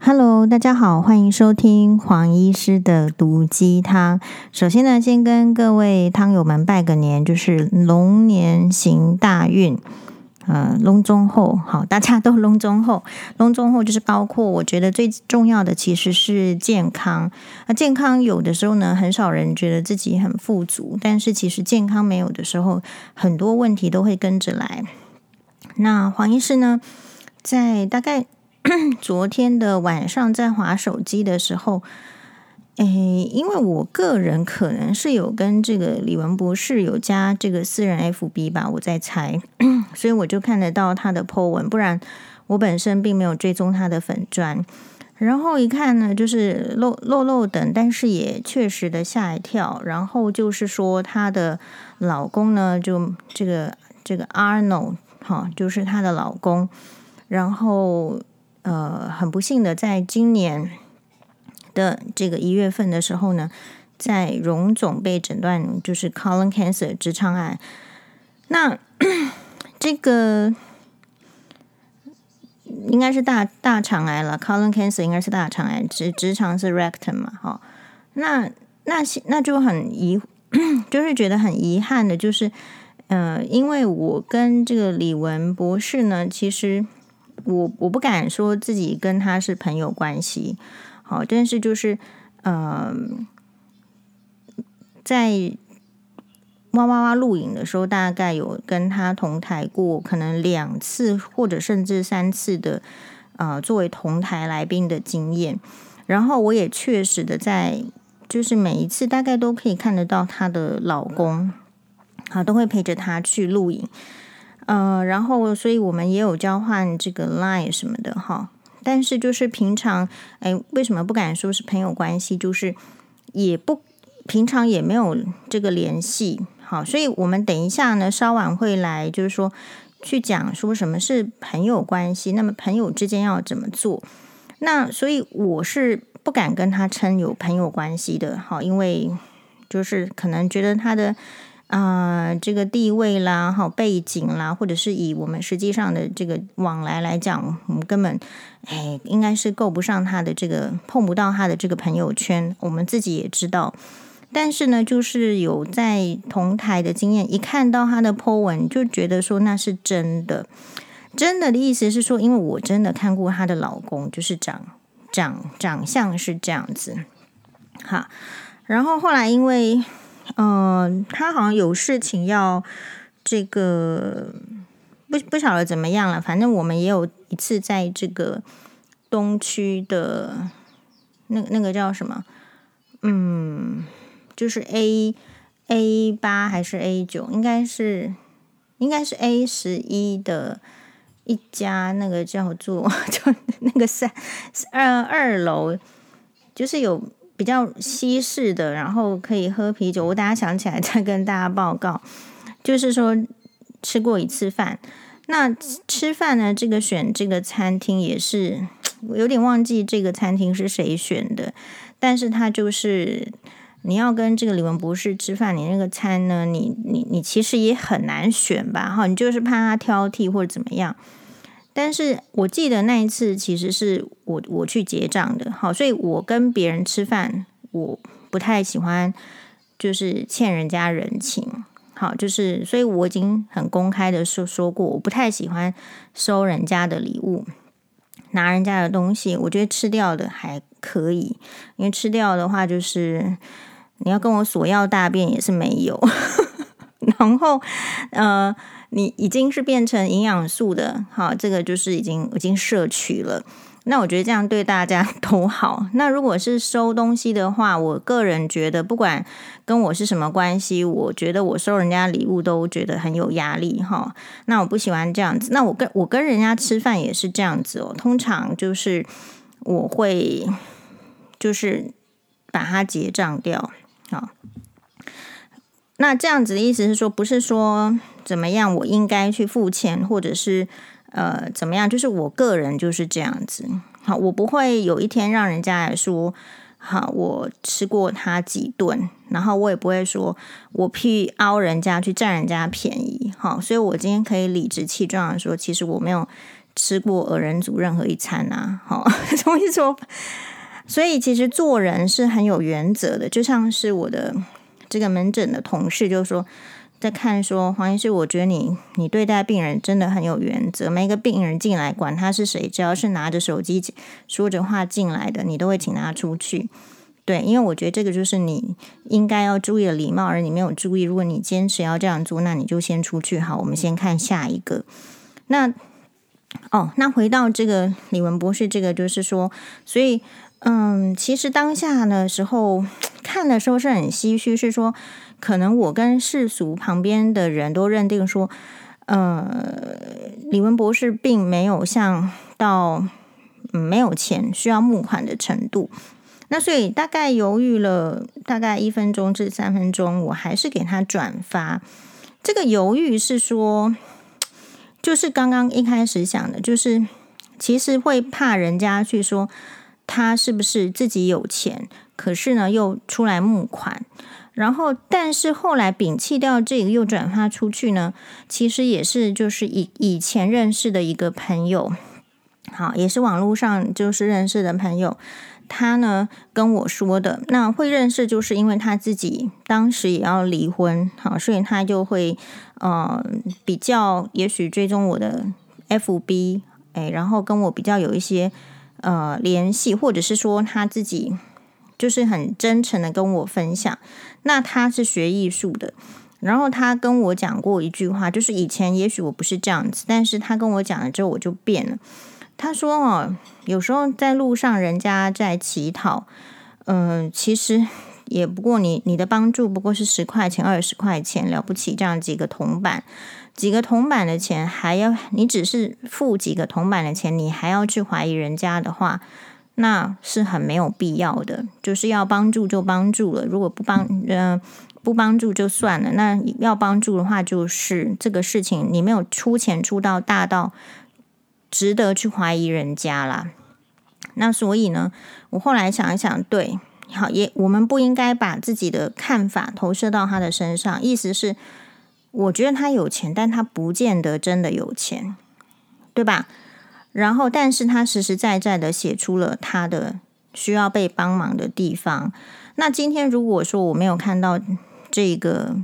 Hello， 大家好，欢迎收听黄医师的毒鸡汤。首先呢，先跟各位汤友们拜个年，就是龙年行大运。龙中后，好，大家都龙中后。龙中后就是包括，我觉得最重要的其实是健康。健康有的时候呢，很少人觉得自己很富足，但是其实健康没有的时候，很多问题都会跟着来。那黄医师呢，在大概昨天的晚上在滑手机的时候，因为我个人可能是有跟这个李文博士有加这个私人 FB 吧，我在猜，所以我就看得到他的 po 文，不然我本身并没有追踪他的粉专。然后一看呢，就是漏等，但是也确实的吓一跳。然后就是说她的老公呢，就这个 Arnold 就是她的老公，然后很不幸的在今年的这个1月份的时候呢，在荣总被诊断就是 colon cancer 直肠癌。那这个应该是大肠癌了 ，colon cancer 应该是大肠癌，直肠是 rectum 嘛，那就很就是觉得很遗憾的，就是因为我跟这个李文博士呢，其实我不敢说自己跟他是朋友关系，好，但是就是在哇录影的时候，大概有跟他同台过，可能2次或者甚至3次的作为同台来宾的经验。然后我也确实的在就是每一次大概都可以看得到她的老公，都会陪着她去录影。然后所以我们也有交换这个 line 什么的哈。但是就是平常为什么不敢说是朋友关系，就是平常也没有这个联系。好，所以我们等一下呢，稍晚会来就是说去讲说什么是朋友关系，那么朋友之间要怎么做。那所以我是不敢跟他称有朋友关系的，好，因为就是可能觉得他的这个地位啦，背景啦，或者是以我们实际上的这个往来讲，我们根本应该是够不上他的这个，碰不到他的这个朋友圈，我们自己也知道。但是呢，就是有在同台的经验，一看到他的 po 文，就觉得说那是真的。真的意思是说，因为我真的看过她的老公，就是长相是这样子。好，然后后来因为他好像有事情要这个不晓得怎么样了，反正我们也有一次在这个东区的那个叫什么就是 A8 还是 A9， 应该是 A11的一家，那个叫做就那个2楼，就是有比较西式的，然后可以喝啤酒。我等一下想起来再跟大家报告。就是说吃过一次饭，那吃饭呢，这个选这个餐厅也是我有点忘记这个餐厅是谁选的，但是他就是你要跟这个李文博士吃饭，你那个餐呢，你其实也很难选吧，你就是怕他挑剔或者怎么样。但是我记得那一次其实是我去结账的，好，所以我跟别人吃饭，我不太喜欢就是欠人家人情，好，就是所以我已经很公开的说过，我不太喜欢收人家的礼物，拿人家的东西，我觉得吃掉的还可以，因为吃掉的话就是你要跟我索要大便也是没有，然后你已经是变成营养素的，好，这个就是已经摄取了。那我觉得这样对大家都好。那如果是收东西的话，我个人觉得不管跟我是什么关系，我觉得我收人家礼物都觉得很有压力哈。那我不喜欢这样子。那我跟人家吃饭也是这样子哦。通常就是我会就是把它结账掉，好。那这样子的意思是说，不是说怎么样我应该去付钱，或者是怎么样，就是我个人就是这样子。好，我不会有一天让人家来说，好，我吃过他几顿，然后我也不会说我去凹人家去占人家便宜。好，所以我今天可以理直气壮的说，其实我没有吃过蚵仁煮任何一餐啊，什么意思？所以其实做人是很有原则的，就像是我的这个门诊的同事就说，在看说黄医师，我觉得你对待病人真的很有原则，每个病人进来，管他是谁，只要是拿着手机说着话进来的，你都会请他出去。对，因为我觉得这个就是你应该要注意的礼貌，而你没有注意，如果你坚持要这样做，那你就先出去。好，我们先看下一个。那回到这个李文博士，这个就是说，所以其实当下的时候看的时候是很唏嘘，是说可能我跟世俗旁边的人都认定说，李文博士并没有像到没有钱需要募款的程度。那所以大概犹豫了大概1分钟至3分钟，我还是给他转发。这个犹豫是说，就是刚刚一开始想的，就是其实会怕人家去说他是不是自己有钱，可是呢又出来募款，然后但是后来摒弃掉这个又转发出去呢，其实也是就是以前认识的一个朋友，好，也是网络上就是认识的朋友，他呢跟我说的。那会认识就是因为他自己当时也要离婚，好，所以他就会比较也许追踪我的 FB， 然后跟我比较有一些联系，或者是说他自己就是很真诚的跟我分享。那他是学艺术的，然后他跟我讲过一句话，就是以前也许我不是这样子，但是他跟我讲了之后我就变了。他说有时候在路上人家在乞讨，其实也不过你的帮助不过是10块钱20块钱，了不起这样几个铜板的钱，还要你只是付几个铜板的钱，你还要去怀疑人家的话，那是很没有必要的。就是要帮助就帮助了，如果不帮助就算了，那要帮助的话，就是这个事情你没有出钱出到大到值得去怀疑人家啦。那所以呢，我后来想一想，对，好，我们不应该把自己的看法投射到他的身上。意思是，我觉得他有钱，但他不见得真的有钱，对吧？然后，但是他实实在在的写出了他的需要被帮忙的地方。那今天如果说我没有看到这个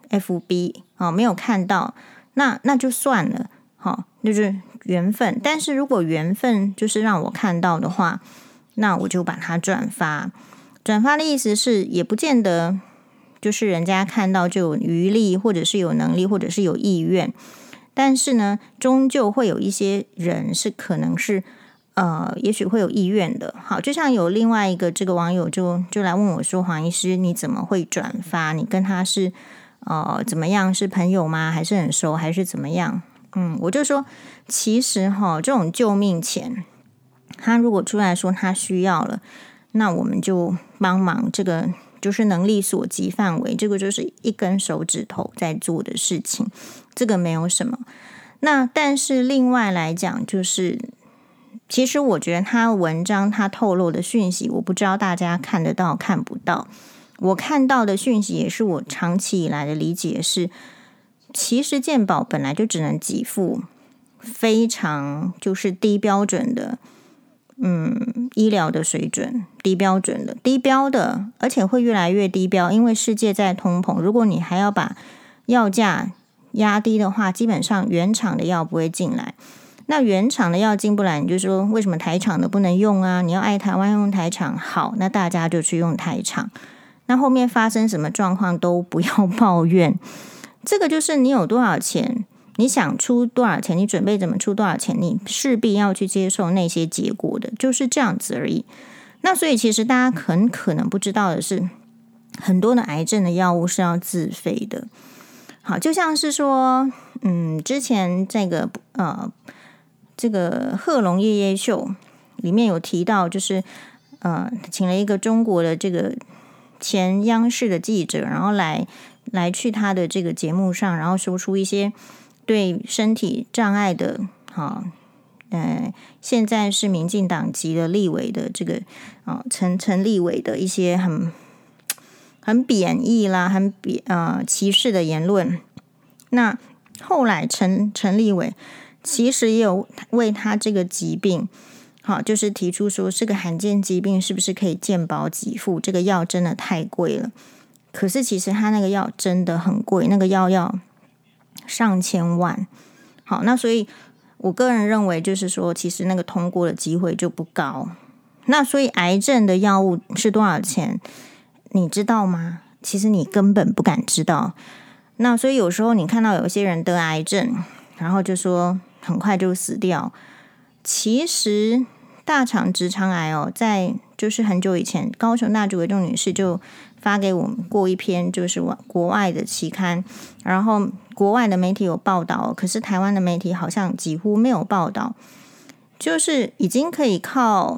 FB 没有看到，那就算了，就是缘分。但是如果缘分就是让我看到的话，那我就把它转发。转发的意思是，也不见得就是人家看到就有余力，或者是有能力，或者是有意愿。但是呢，终究会有一些人是可能是也许会有意愿的。好，就像有另外一个这个网友就来问我说，黄医师你怎么会转发？你跟他是怎么样？是朋友吗？还是很熟？还是怎么样？我就说，其实这种救命钱，他如果出来说他需要了，那我们就帮忙，这个就是能力所及范围，这个就是一根手指头在做的事情，这个没有什么。那但是另外来讲，就是其实我觉得他文章他透露的讯息，我不知道大家看得到看不到。我看到的讯息也是我长期以来的理解是，其实健保本来就只能给付非常就是低标准的医疗的水准，低标的，而且会越来越低标，因为世界在通膨。如果你还要把药价压低的话，基本上原厂的药不会进来。那原厂的药进不来，你就说为什么台厂的不能用啊？你要爱台湾用台厂，好，那大家就去用台厂。那后面发生什么状况都不要抱怨，这个就是你有多少钱，你想出多少钱，你准备怎么出多少钱，你势必要去接受那些结果的，就是这样子而已。那所以其实大家很可能不知道的是，很多的癌症的药物是要自费的。好，就像是说之前这个贺龙夜夜秀里面有提到，就是请了一个中国的这个前央视的记者，然后来去他的这个节目上，然后说出一些对身体障碍的现在是民进党籍的立委的这个陈立委的一些很贬义啦，歧视的言论。那后来陈立委其实也有为他这个疾病，好，就是提出说这个罕见疾病是不是可以健保给付？这个药真的太贵了。可是其实他那个药真的很贵，那个药要上千万。好，那所以我个人认为就是说，其实那个通过的机会就不高。那所以癌症的药物是多少钱？你知道吗？其实你根本不敢知道。那所以有时候你看到有些人得癌症，然后就说很快就死掉。其实大肠直肠癌在就是很久以前，高雄大竹伟仲女士就发给我们过一篇，就是国外的期刊，然后国外的媒体有报道，可是台湾的媒体好像几乎没有报道，就是已经可以靠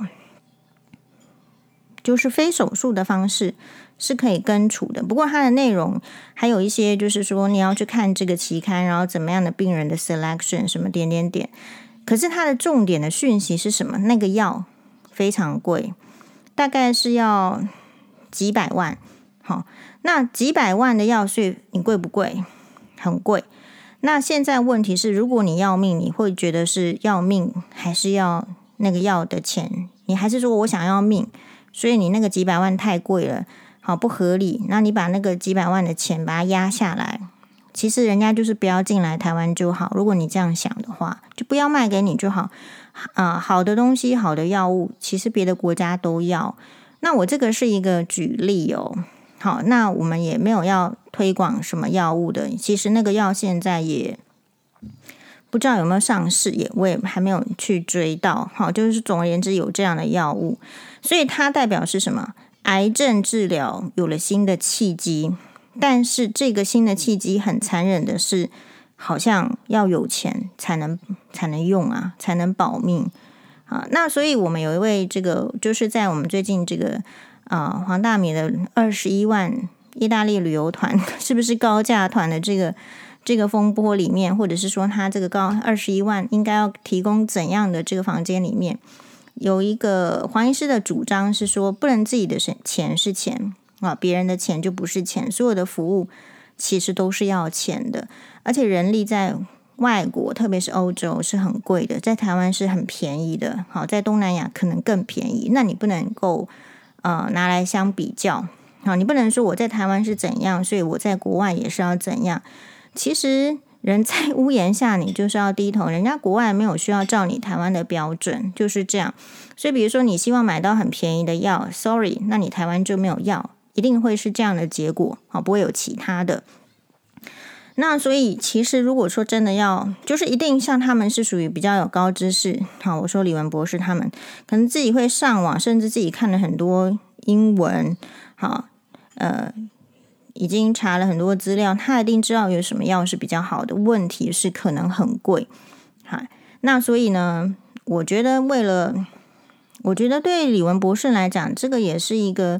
就是非手术的方式是可以根除的。不过它的内容还有一些就是说你要去看这个期刊，然后怎么样的病人的 selection 什么点点点。可是它的重点的讯息是什么？那个药非常贵，大概是要几百万。好，那几百万的药税你贵不贵？很贵。那现在问题是，如果你要命，你会觉得是要命还是要那个药的钱？你还是说我想要命，所以你那个几百万太贵了，好不合理。那你把那个几百万的钱把它压下来，其实人家就是不要进来台湾就好。如果你这样想的话，就不要卖给你就好。好的东西，好的药物，其实别的国家都要。那我这个是一个举例哦。好，那我们也没有要推广什么药物的。其实那个药现在也不知道有没有上市，我也还没有去追到。好，就是总而言之有这样的药物，所以它代表是什么？癌症治疗有了新的契机。但是这个新的契机很残忍的是，好像要有钱才能用啊，才能保命啊。那所以我们有一位这个，就是在我们最近这个黄大米的21万意大利旅游团是不是高价团的这个风波里面，或者是说他这个高21万应该要提供怎样的这个房间里面，有一个黄医师的主张是说，不能自己的钱是钱。别人的钱就不是钱，所有的服务其实都是要钱的，而且人力在外国，特别是欧洲是很贵的，在台湾是很便宜的，好，在东南亚可能更便宜。那你不能够拿来相比较，好，你不能说我在台湾是怎样，所以我在国外也是要怎样。其实人在屋檐下，你就是要低头，人家国外没有需要照你台湾的标准，就是这样。所以比如说你希望买到很便宜的药 ，sorry， 那你台湾就没有药。一定会是这样的结果，好，不会有其他的。那所以其实如果说真的要，就是一定像他们是属于比较有高知识，好，我说李文博士他们可能自己会上网，甚至自己看了很多英文，好，已经查了很多资料，他一定知道有什么药是比较好的。问题是可能很贵，好，那所以呢，我觉得对李文博士来讲，这个也是一个。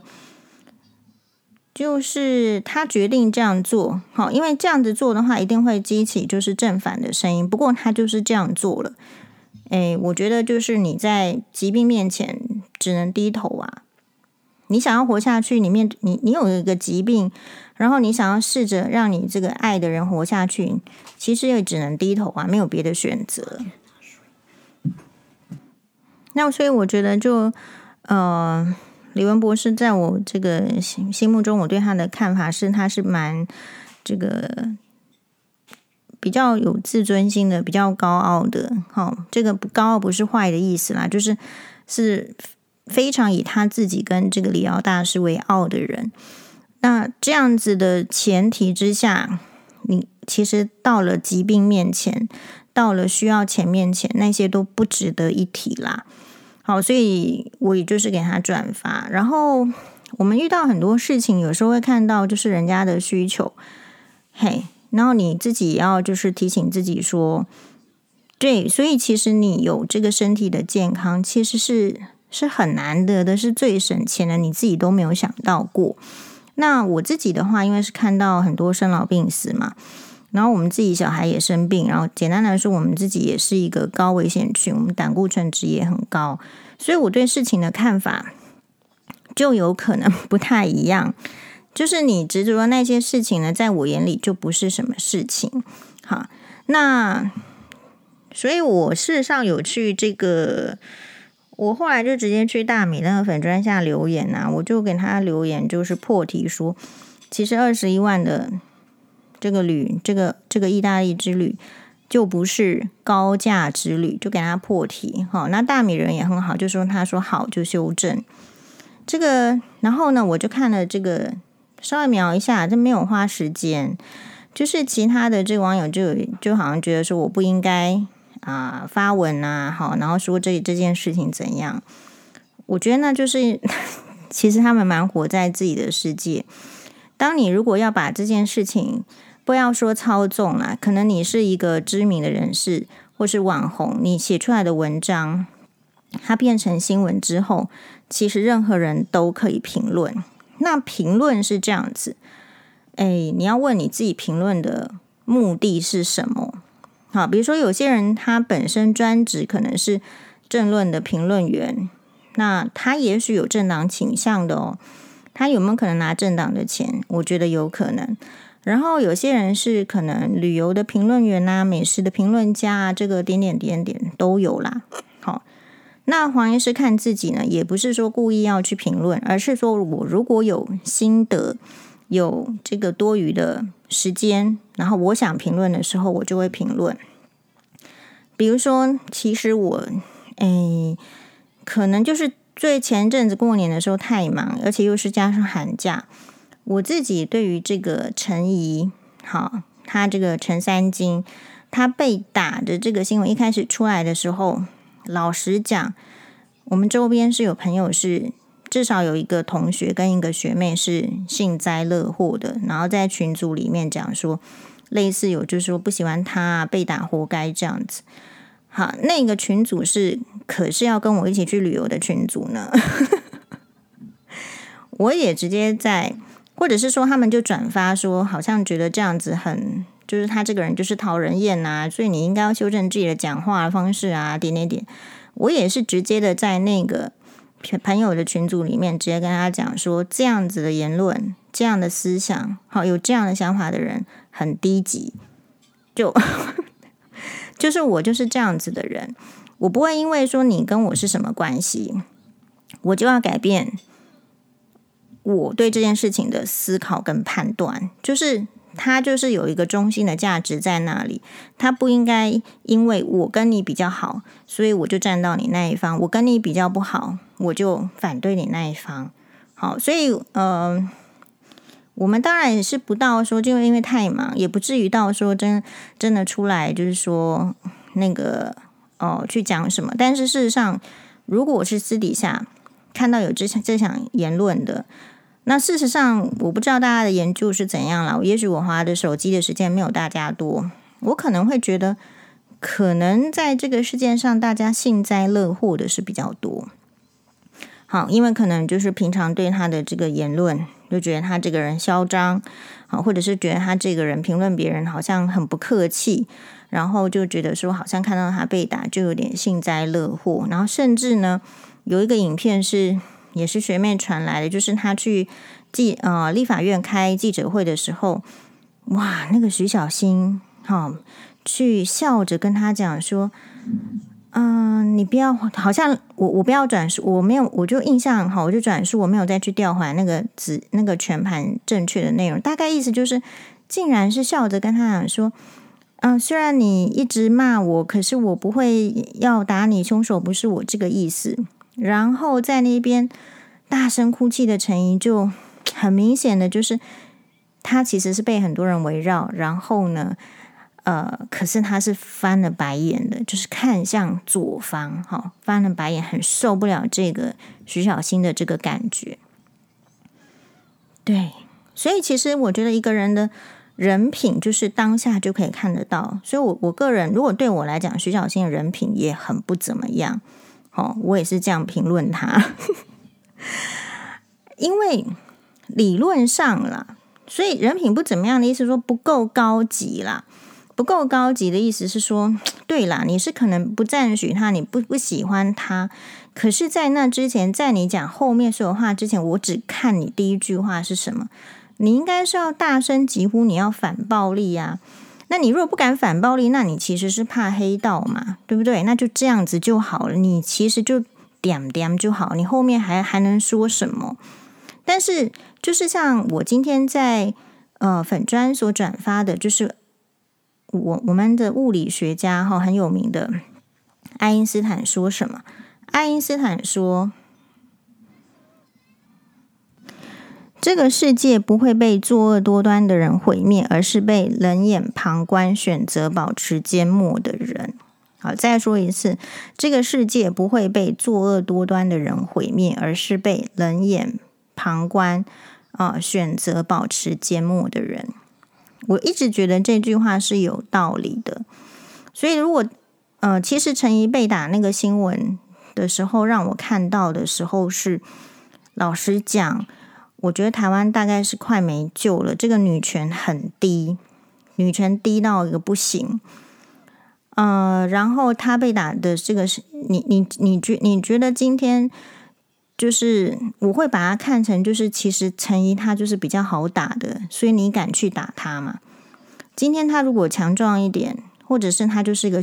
就是他决定这样做，好，因为这样子做的话，一定会激起就是正反的声音。不过他就是这样做了，我觉得就是你在疾病面前只能低头啊。你想要活下去，你有一个疾病，然后你想要试着让你这个爱的人活下去，其实也只能低头啊，没有别的选择。那所以我觉得就李文博士在我这个心目中，我对他的看法是，他是蛮这个比较有自尊心的，比较高傲的。这个高傲不是坏的意思啦，是非常以他自己跟这个理疗大师为傲的人。那这样子的前提之下，你其实到了疾病面前，到了需要钱面前，那些都不值得一提啦。好，所以我也就是给他转发。然后我们遇到很多事情，有时候会看到就是人家的需求，然后你自己要就是提醒自己说，对，所以其实你有这个身体的健康，其实是很难得的，是最省钱的，你自己都没有想到过。那我自己的话，因为是看到很多生老病死嘛。然后我们自己小孩也生病，然后简单来说，我们自己也是一个高危险群，我们胆固醇值也很高，所以我对事情的看法就有可能不太一样。就是你执着的那些事情呢，在我眼里就不是什么事情。好，那所以我事实上有去这个，我后来就直接去大米那个粉专下留言啊，我就给他留言，就是破题说，其实21万的这个意大利之旅就不是高价之旅，就给他破题。好，那大米人也很好，就说他说好就修正这个，然后呢，我就看了这个，稍微瞄一下，这没有花时间。就是其他的这个网友就好像觉得说我不应该发文啊，好，然后说这件事情怎样？我觉得那就是其实他们蛮活在自己的世界。当你如果要把这件事情，不要说操纵啦，可能你是一个知名的人士或是网红，你写出来的文章，它变成新闻之后，其实任何人都可以评论。那评论是这样子。你要问你自己评论的目的是什么？好，比如说有些人他本身专职可能是政论的评论员，那他也许有政党倾向的哦，他有没有可能拿政党的钱？我觉得有可能。然后有些人是可能旅游的评论员啊，美食的评论家啊，这个点都有啦。好，那黄医师看自己呢，也不是说故意要去评论，而是说我如果有心得，有这个多余的时间，然后我想评论的时候，我就会评论。比如说，其实我可能就是最前阵子过年的时候太忙，而且又是加上寒假，我自己对于这个陈怡，好，他这个陈三金，他被打的这个新闻一开始出来的时候，老实讲，我们周边是有朋友是。至少有一个同学跟一个学妹是幸灾乐祸的，然后在群组里面讲说，类似有就是说不喜欢他被打活该这样子。好，那个群组可是要跟我一起去旅游的群组呢，我也直接或者是说他们就转发说，好像觉得这样子就是他这个人就是讨人厌啊，所以你应该要修正自己的讲话方式啊，点。我也是直接的在那个朋友的群组里面直接跟他讲说，这样子的言论，这样的思想，好，有这样的想法的人很低级，就是我就是这样子的人，我不会因为说你跟我是什么关系，我就要改变我对这件事情的思考跟判断，就是它就是有一个中心的价值在那里，它不应该因为我跟你比较好，所以我就站到你那一方，我跟你比较不好，我就反对你那一方。好，所以我们当然也是不到说就因为太忙，也不至于到说真的出来就是说那个去讲什么，但是事实上，如果我是私底下看到有这项言论的，那事实上我不知道大家的研究是怎样啦，也许我滑的手机的时间没有大家多，我可能会觉得可能在这个事件上大家幸灾乐祸的是比较多。好，因为可能就是平常对他的这个言论就觉得他这个人嚣张，好，或者是觉得他这个人评论别人好像很不客气，然后就觉得说好像看到他被打就有点幸灾乐祸，然后甚至呢有一个影片也是学妹传来的，就是他去立法院开记者会的时候，哇，那个徐小新去笑着跟他讲说，你不要，好像我不要转述，我没有，我就印象好，我就转述，我没有再去调回来那个全盘正确的内容，大概意思就是，竟然是笑着跟他讲说，虽然你一直骂我，可是我不会要打你，凶手不是我这个意思。然后在那边大声哭泣的陈怡，就很明显的就是他其实是被很多人围绕，然后呢可是他是翻了白眼的，就是看向左方，翻了白眼，很受不了这个徐小新的这个感觉。对，所以其实我觉得一个人的人品就是当下就可以看得到，所以我个人如果对我来讲，徐小新的人品也很不怎么样，我也是这样评论他因为理论上啦，所以人品不怎么样的意思说不够高级啦，不够高级的意思是说，对啦，你是可能不赞许他，你不喜欢他，可是在那之前，在你讲后面所有话之前，我只看你第一句话是什么，你应该是要大声疾呼，你要反暴力啊。 那你如果不敢反暴力，那你其实是怕黑道嘛，对不对？那就这样子就好了，你其实就点点就好，你后面还能说什么？但是就是像我今天在粉专所转发的，就是我们的物理学家很有名的爱因斯坦说什么？爱因斯坦说，这个世界不会被作恶多端的人毁灭，而是被冷眼旁观、选择保持缄默的人。好，再说一次，这个世界不会被作恶多端的人毁灭，而是被冷眼旁观选择保持缄默的人。我一直觉得这句话是有道理的。所以如果其实陈沂被打那个新闻的时候，让我看到的时候是，老实讲，我觉得台湾大概是快没救了。这个女权很低，女权低到一个不行。然后他被打的这个是你觉得今天就是我会把它看成就是其实陈沂他就是比较好打的，所以你敢去打他嘛？今天他如果强壮一点，或者是他就是一个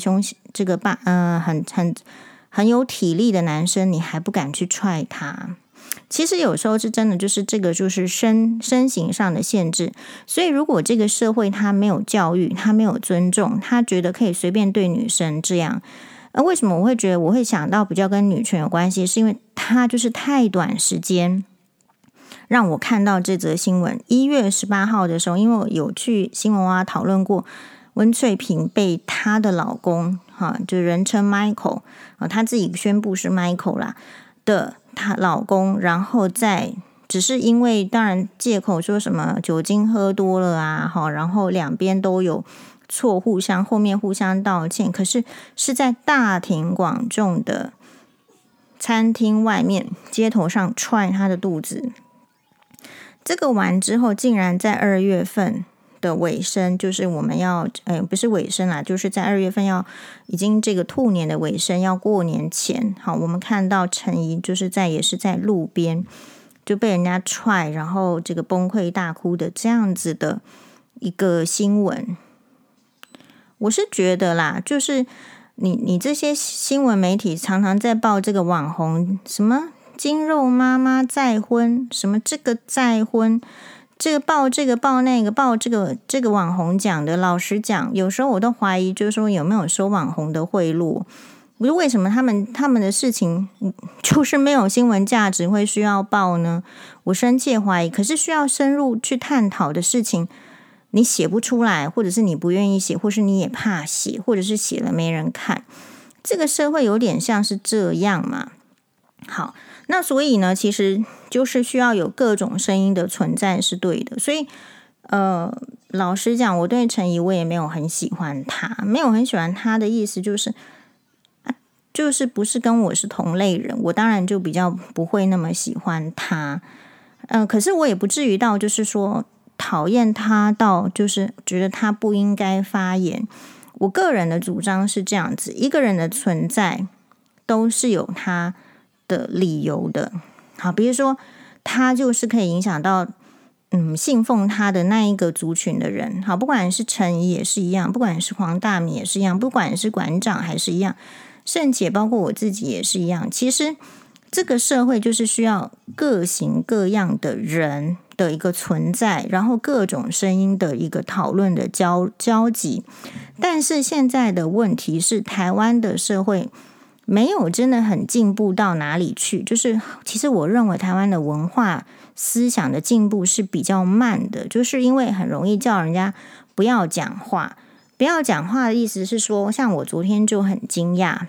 很有体力的男生，你还不敢去踹他？其实有时候是真的，就是这个就是身形上的限制。所以如果这个社会他没有教育，他没有尊重，他觉得可以随便对女生这样，为什么我会觉得我会想到比较跟女权有关系？是因为他就是太短时间让我看到这则新闻。1月18号的时候，因为我有去新闻蛙讨论过温翠萍被她的老公就人称 Michael 她自己宣布是 Michael 啦的她老公，然后只是因为当然借口说什么酒精喝多了啊，然后两边都有错，后面互相道歉，可是是在大庭广众的餐厅外面街头上踹他的肚子。这个完之后，竟然在2月份的尾声，就是我们要不是尾声啦，就是在2月份已经这个兔年的尾声，要过年前，好，我们看到陈沂就是也是在路边就被人家踹，然后这个崩溃大哭的这样子的一个新闻。我是觉得啦，就是你这些新闻媒体常常在报这个网红什么金肉妈妈再婚，什么这个再婚，这个报那个报这个网红讲的，老实讲，有时候我都怀疑，就是说有没有收网红的贿赂？我说为什么他们的事情就是没有新闻价值会需要报呢？我深切怀疑。可是需要深入去探讨的事情，你写不出来，或者是你不愿意写，或是你也怕写，或者是写了没人看。这个社会有点像是这样嘛。好，那所以呢，其实就是需要有各种声音的存在是对的。所以老实讲，我对陈沂我也没有很喜欢他，没有很喜欢他的意思就是不是跟我是同类人，我当然就比较不会那么喜欢他。可是我也不至于到就是说讨厌他到就是觉得他不应该发言。我个人的主张是这样子，一个人的存在都是有他的理由的。好，比如说他就是可以影响到信奉他的那一个族群的人。好，不管是陈沂也是一样，不管是黄大米也是一样，不管是馆长还是一样，甚至包括我自己也是一样。其实这个社会就是需要各型各样的人的一个存在，然后各种声音的一个讨论的交集。但是现在的问题是，台湾的社会没有真的很进步到哪里去，就是其实我认为台湾的文化思想的进步是比较慢的，就是因为很容易叫人家不要讲话。不要讲话的意思是说，像我昨天就很惊讶，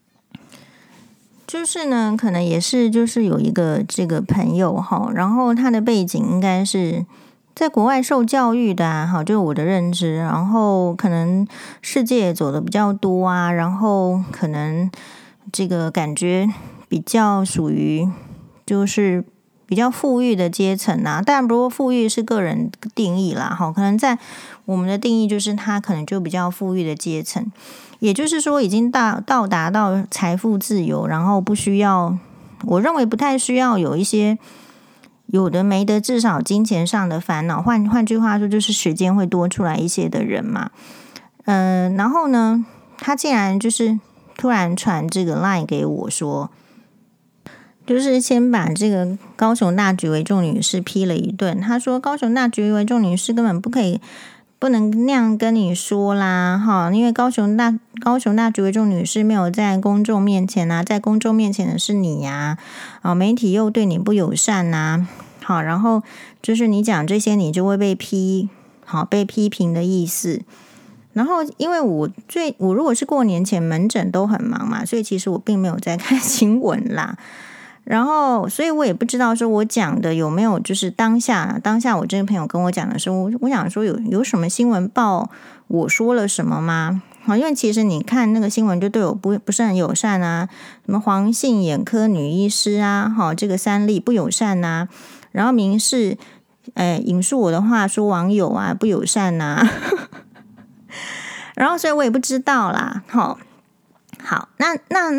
就是呢，可能也是就是有一个这个朋友哈，然后他的背景应该是在国外受教育的啊，就是我的认知，然后可能世界走的比较多啊，然后可能这个感觉比较属于就是比较富裕的阶层啊，但不过富裕是个人定义啦，可能在我们的定义就是他可能就比较富裕的阶层，也就是说已经到达到财富自由，然后不需要，我认为不太需要有一些有的没的，至少金钱上的烦恼，换句话说就是时间会多出来一些的人嘛。 然后呢，他竟然就是突然传这个 line 给我说，就是先把这个高雄大局为重女士批了一顿。他说高雄大局为重女士根本不能那样跟你说啦，哈，因为高雄大局为重女士没有在公众面前啊，在公众面前的是你呀，媒体又对你不友善呐，好，然后就是你讲这些，你就会被批评的意思。然后因为我如果是过年前门诊都很忙嘛，所以其实我并没有在看新闻啦。然后，所以我也不知道说我讲的有没有，就是当下我这个朋友跟我讲的时候，我想说有什么新闻报我说了什么吗？好，因为其实你看那个新闻就对我不是很友善啊，什么黄姓眼科女医师啊，好，这个3例不友善啊，然后民视引述我的话说网友啊不友善啊，然后所以我也不知道啦，好。好，那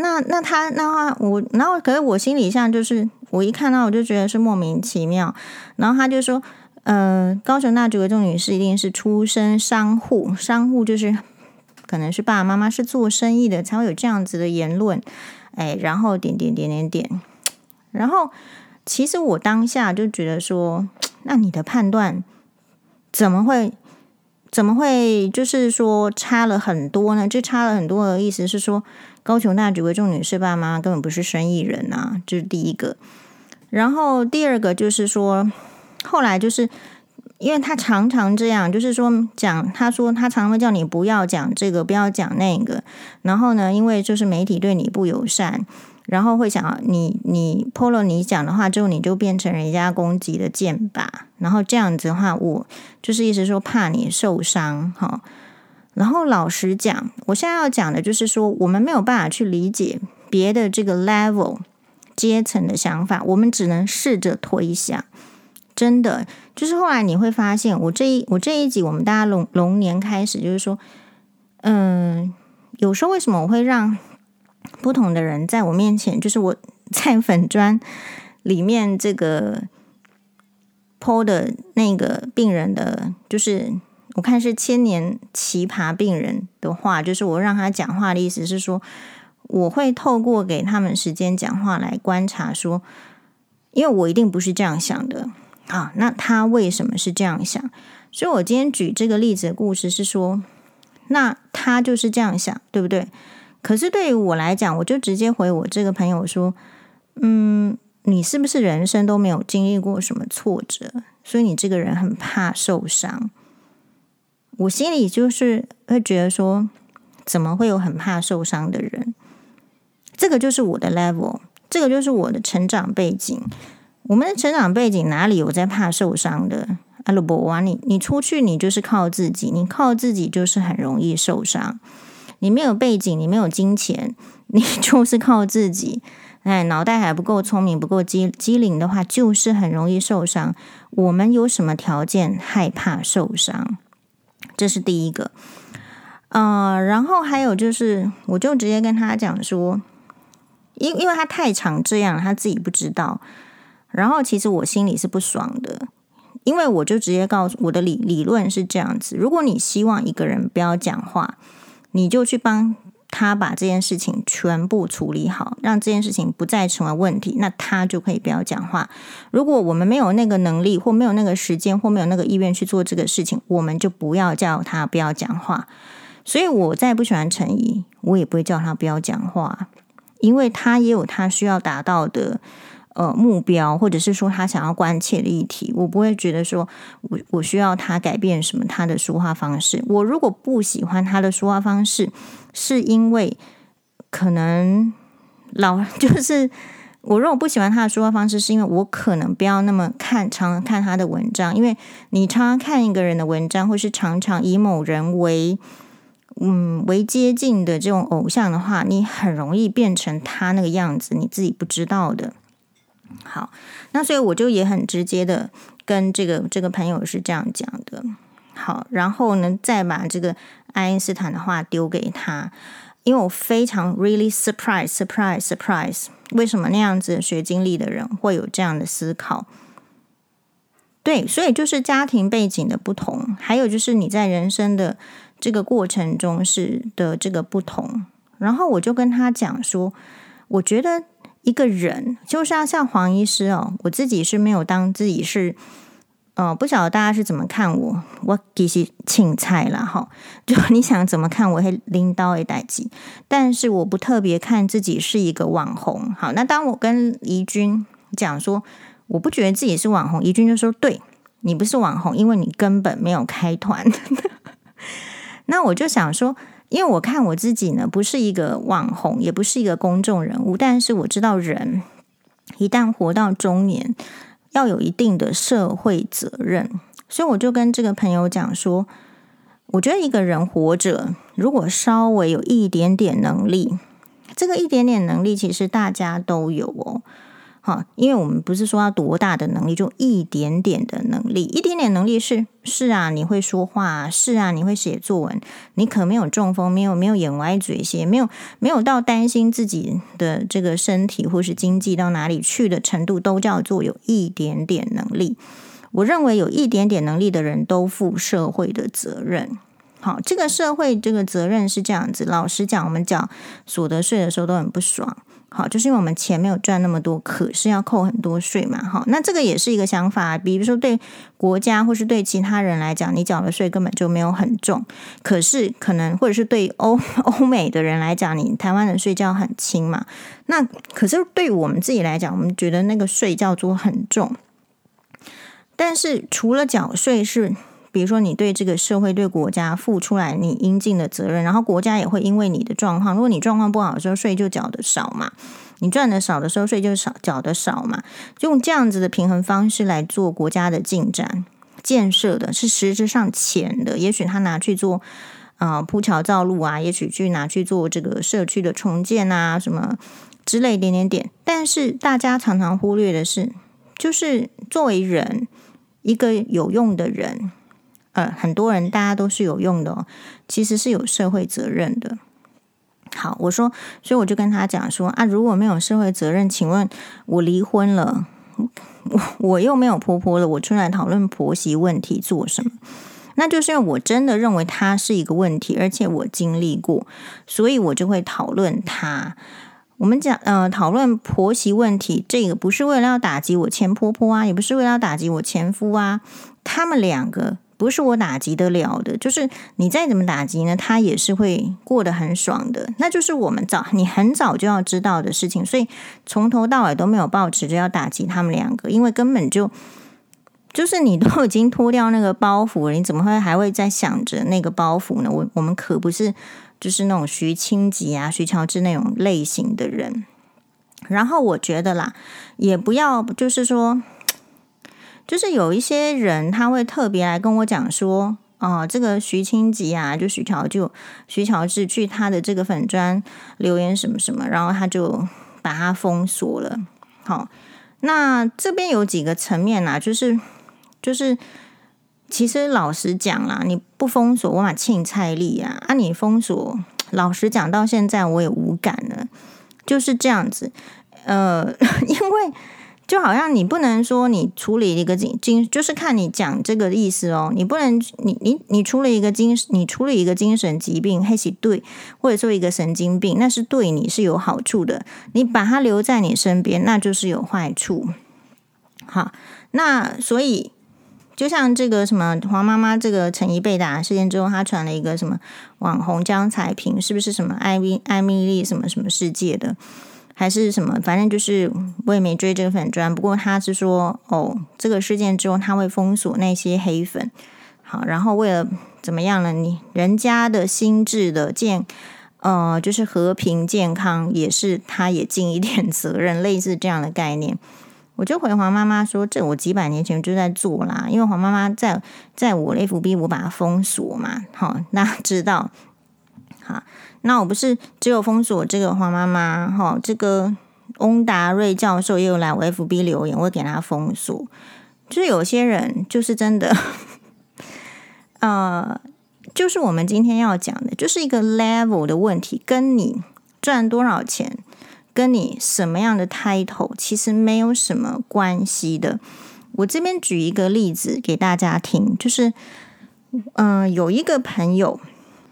然后可是我心里上就是我一看到我就觉得是莫名其妙，然后他就说，高雄大局为重女士一定是出身商户就是可能是爸爸妈妈是做生意的才会有这样子的言论，然后点，然后其实我当下就觉得说，那你的判断怎么会就是说差了很多呢？这差了很多的意思是说，高雄大局为重女士爸妈根本不是生意人啊，这是第一个。然后第二个就是说，后来就是因为他常常这样，就是说他说他常常会叫你不要讲这个，不要讲那个。然后呢，因为就是媒体对你不友善。然后会想你 Polo 你讲的话之后，你就变成人家攻击的箭靶，然后这样子的话，我就是意思说怕你受伤哈。然后老实讲，我现在要讲的就是说，我们没有办法去理解别的这个 level 阶层的想法，我们只能试着推想。真的，就是后来你会发现，我这一集我们大家龙年开始，就是说，有时候为什么我会让不同的人在我面前，就是我在粉专里面这个 po 的那个病人的，就是我看是千年奇葩病人的话，就是我让他讲话的意思是说，我会透过给他们时间讲话来观察说，因为我一定不是这样想的啊，那他为什么是这样想？所以我今天举这个例子的故事是说，那他就是这样想，对不对？可是对于我来讲，我就直接回我这个朋友说，你是不是人生都没有经历过什么挫折，所以你这个人很怕受伤？我心里就是会觉得说，怎么会有很怕受伤的人？这个就是我的 level， 这个就是我的成长背景。我们的成长背景哪里有在怕受伤的？阿鲁伯啊，你出去你就是靠自己，你靠自己就是很容易受伤。你没有背景，你没有金钱，你就是靠自己，脑袋还不够聪明，不够机灵的话，就是很容易受伤。我们有什么条件害怕受伤？这是第一个。然后还有就是，我就直接跟他讲说，因为他太常这样，他自己不知道。然后其实我心里是不爽的，因为我就直接告诉我的理论是这样子：如果你希望一个人不要讲话，你就去帮他把这件事情全部处理好，让这件事情不再成为问题，那他就可以不要讲话。如果我们没有那个能力，或没有那个时间，或没有那个意愿去做这个事情，我们就不要叫他不要讲话。所以我再不喜欢陈怡，我也不会叫他不要讲话，因为他也有他需要达到的目标，或者是说他想要关切的议题，我不会觉得说我需要他改变什么他的说话方式。我如果不喜欢他的说话方式，是因为可能就是我如果不喜欢他的说话方式，是因为我可能不要那么常常看他的文章，因为你常常看一个人的文章，或是常常以某人为接近的这种偶像的话，你很容易变成他那个样子，你自己不知道的。好，那所以我就也很直接的跟这个朋友是这样讲的。好，然后呢，再把这个爱因斯坦的话丢给他，因为我非常 really surprise， 为什么那样子学经历的人会有这样的思考？对，所以就是家庭背景的不同，还有就是你在人生的这个过程中的这个不同。然后我就跟他讲说，我觉得一个人就是要像黄医师我自己是没有当自己是不晓得大家是怎么看我其实青菜啦就你想怎么看我会拎刀的代志，但是我不特别看自己是一个网红。好，那当我跟怡君讲说我不觉得自己是网红，怡君就说对，你不是网红，因为你根本没有开团那我就想说，因为我看我自己呢不是一个网红，也不是一个公众人物，但是我知道人一旦活到中年要有一定的社会责任，所以我就跟这个朋友讲说，我觉得一个人活着如果稍微有一点点能力，这个一点点能力其实大家都有因为我们不是说要多大的能力，就一点点的能力。一点点能力是啊，你会说话，是啊，你会写作文，你可没有中风，没有眼歪嘴斜，没有到担心自己的这个身体或是经济到哪里去的程度，都叫做有一点点能力。我认为有一点点能力的人都负社会的责任。好，这个社会这个责任是这样子，老实讲，我们缴所得税的时候都很不爽。好，就是因为我们钱没有赚那么多，可是要扣很多税嘛。好，那这个也是一个想法，比如说对国家或是对其他人来讲，你缴的税根本就没有很重，可是可能或者是对欧美的人来讲，你台湾的税叫很轻嘛。那可是对我们自己来讲，我们觉得那个税叫做很重。但是除了缴税是比如说你对这个社会对国家付出来你应尽的责任，然后国家也会因为你的状况，如果你状况不好的时候税就缴得少嘛，你赚的少的时候税就缴得少嘛，用这样子的平衡方式来做国家的进展建设的是实质上钱的，也许他拿去做铺桥造路啊，也许去拿去做这个社区的重建啊什么之类点点点。但是大家常常忽略的是，就是作为人一个有用的人很多人大家都是有用的其实是有社会责任的。好，我说，所以我就跟他讲说如果没有社会责任，请问我离婚了，我又没有婆婆了，我出来讨论婆媳问题做什么？那就是因为我真的认为它是一个问题，而且我经历过，所以我就会讨论它。我们讲讨论婆媳问题，这个不是为了要打击我前婆婆也不是为了要打击我前夫他们两个不是我打击得了的，就是你再怎么打击呢，他也是会过得很爽的。那就是你很早就要知道的事情，所以从头到尾都没有抱持着要打击他们两个，因为根本就是你都已经脱掉那个包袱了，你怎么还会再想着那个包袱呢？我们可不是就是那种徐清吉徐乔治那种类型的人。然后我觉得啦，也不要就是说，就是有一些人他会特别来跟我讲说这个徐清吉就徐乔治去他的这个粉专留言什么什么，然后他就把他封锁了。好，那这边有几个层面就是其实老实讲啦，你不封锁我把庆菜力你封锁，老实讲到现在我也无感了，就是这样子。因为就好像你不能说你处理一个就是看你讲这个意思你不能你处理一个精神疾病还是对，或者说一个神经病，那是对你是有好处的，你把它留在你身边那就是有坏处。好，那所以就像这个什么黄妈妈这个陈怡被打事件之后，她传了一个什么网红江彩萍，是不是什么艾米丽什么什么世界的还是什么，反正就是我也没追这个粉专，不过他是说这个事件之后他会封锁那些黑粉。好，然后为了怎么样呢，人家的心智的就是和平健康也是他也尽一点责任，类似这样的概念。我就回黄妈妈说，这我几百年前就在做啦，因为黄妈妈在我的 FB 我把它封锁嘛。好，大家知道。好，那我不是只有封锁这个黄妈妈这个翁达瑞教授也有来我 FB 留言，我给他封锁。就是有些人就是真的就是我们今天要讲的就是一个 level 的问题，跟你赚多少钱跟你什么样的 title 其实没有什么关系的。我这边举一个例子给大家听，就是有一个朋友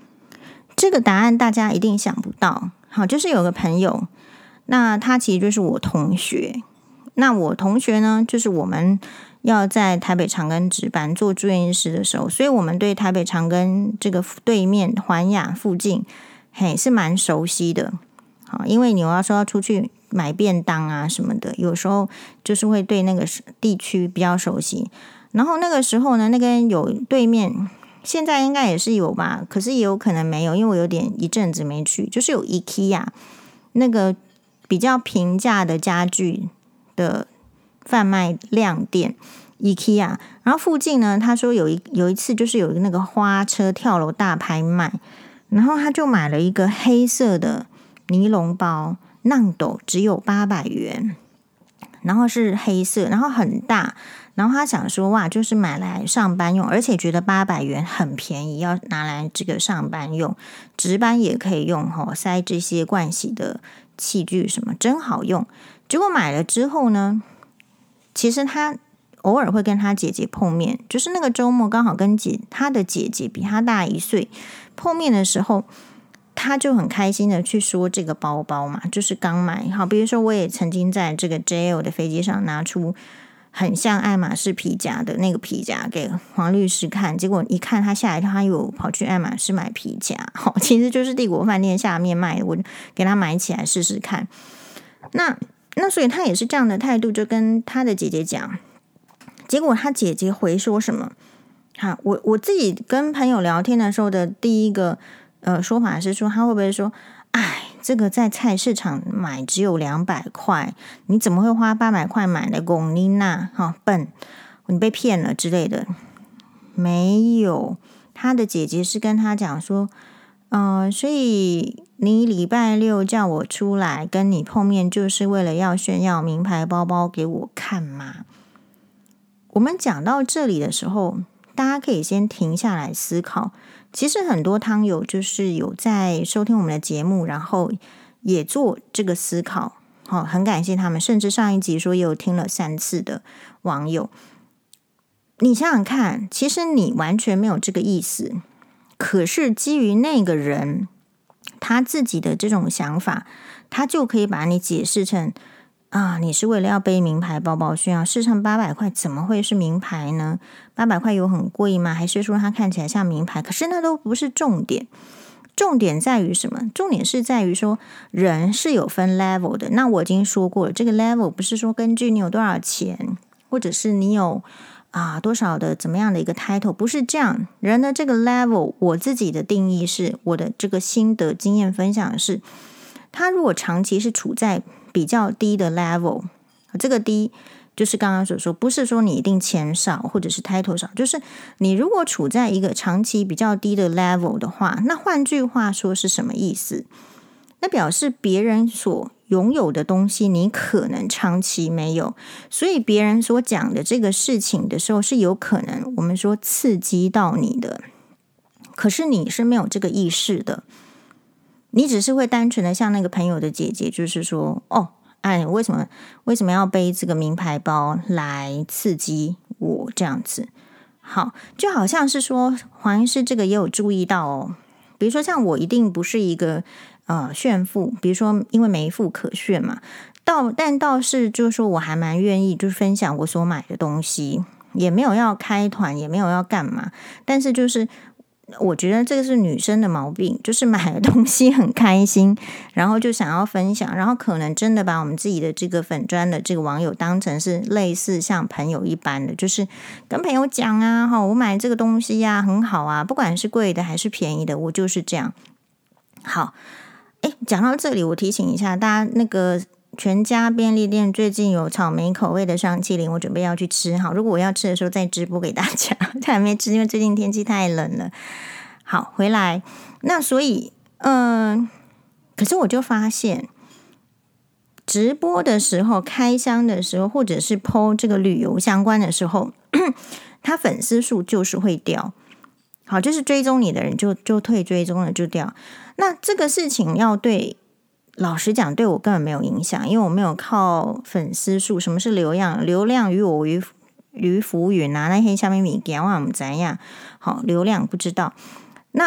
这个答案大家一定想不到。好，就是有个朋友，那他其实就是我同学。那我同学呢，就是我们要在台北长庚值班做住院医师的时候，所以我们对台北长庚这个对面环亚附近，是蛮熟悉的。好，因为你要说要出去买便当啊什么的，有时候就是会对那个地区比较熟悉。然后那个时候呢，那个有对面，现在应该也是有吧，可是也有可能没有，因为我有点一阵子没去。就是有 IKEA 那个比较平价的家具的贩卖量店 IKEA， 然后附近呢，他说有一次就是有那个花车跳楼大拍卖，然后他就买了一个黑色的尼龙包，浪斗只有800元，然后是黑色，然后很大。然后他想说哇，就是买来上班用，而且觉得800元很便宜，要拿来这个上班用，值班也可以用塞这些盥洗的器具什么，真好用。结果买了之后呢，其实他偶尔会跟他姐姐碰面，就是那个周末刚好跟他的姐姐比他大1岁碰面的时候，他就很开心的去说这个包包嘛，就是刚买好。比如说我也曾经在这个 JL 的飞机上拿出很像爱马仕皮夹的那个皮夹给黄律师看，结果一看他吓一跳，他有跑去爱马仕买皮夹，其实就是帝国饭店下面卖的，我给他买起来试试看。那所以他也是这样的态度，就跟他的姐姐讲，结果他姐姐回说什么？我自己跟朋友聊天的时候的第一个说法是说，他会不会说，哎，这个在菜市场买只有200块，你怎么会花800块买的龚妮娜？笨，你被骗了之类的。没有，他的姐姐是跟他讲说，所以你礼拜6叫我出来跟你碰面，就是为了要炫耀名牌包包给我看吗？我们讲到这里的时候，大家可以先停下来思考。其实很多汤友就是有在收听我们的节目，然后也做这个思考，很感谢他们。甚至上一集说也有听了3次的网友，你想想看，其实你完全没有这个意思，可是基于那个人他自己的这种想法，他就可以把你解释成你是为了要背名牌包包炫耀，事实上800块怎么会是名牌呢？800块有很贵吗？还是说它看起来像名牌？可是那都不是重点，重点在于什么？重点是在于说人是有分 level 的。那我已经说过了，这个 level 不是说根据你有多少钱，或者是你有多少的怎么样的一个 title， 不是这样。人的这个 level， 我自己的定义是，我的这个心得经验分享是，他如果长期是处在比较低的 level， 这个低就是刚刚所说，不是说你一定钱少或者是 title 少，就是你如果处在一个长期比较低的 level 的话，那换句话说是什么意思？那表示别人所拥有的东西你可能长期没有，所以别人所讲的这个事情的时候是有可能我们说刺激到你的，可是你是没有这个意识的，你只是会单纯的像那个朋友的姐姐，就是说为什么要背这个名牌包来刺激我这样子？好，就好像是说黄医师这个也有注意到哦，比如说像我一定不是一个炫富，比如说因为没富可炫嘛，但倒是就是说我还蛮愿意就是分享我所买的东西，也没有要开团，也没有要干嘛，但是就是我觉得这个是女生的毛病，就是买的东西很开心，然后就想要分享，然后可能真的把我们自己的这个粉专的这个网友当成是类似像朋友一般的，就是跟朋友讲我买这个东西很好不管是贵的还是便宜的，我就是这样。好，讲到这里，我提醒一下大家，那个全家便利店最近有草莓口味的双淇淋，我准备要去吃。好，如果我要吃的时候再直播给大家，还没吃，因为最近天气太冷了。好，回来，那所以可是我就发现，直播的时候、开箱的时候，或者是 po 这个旅游相关的时候，他粉丝数就是会掉。好，就是追踪你的人就退追踪了，就掉。那这个事情老实讲，对我根本没有影响，因为我没有靠粉丝数。什么是流量？流量于我于浮云那些下面物件我不知道。好，流量不知道。那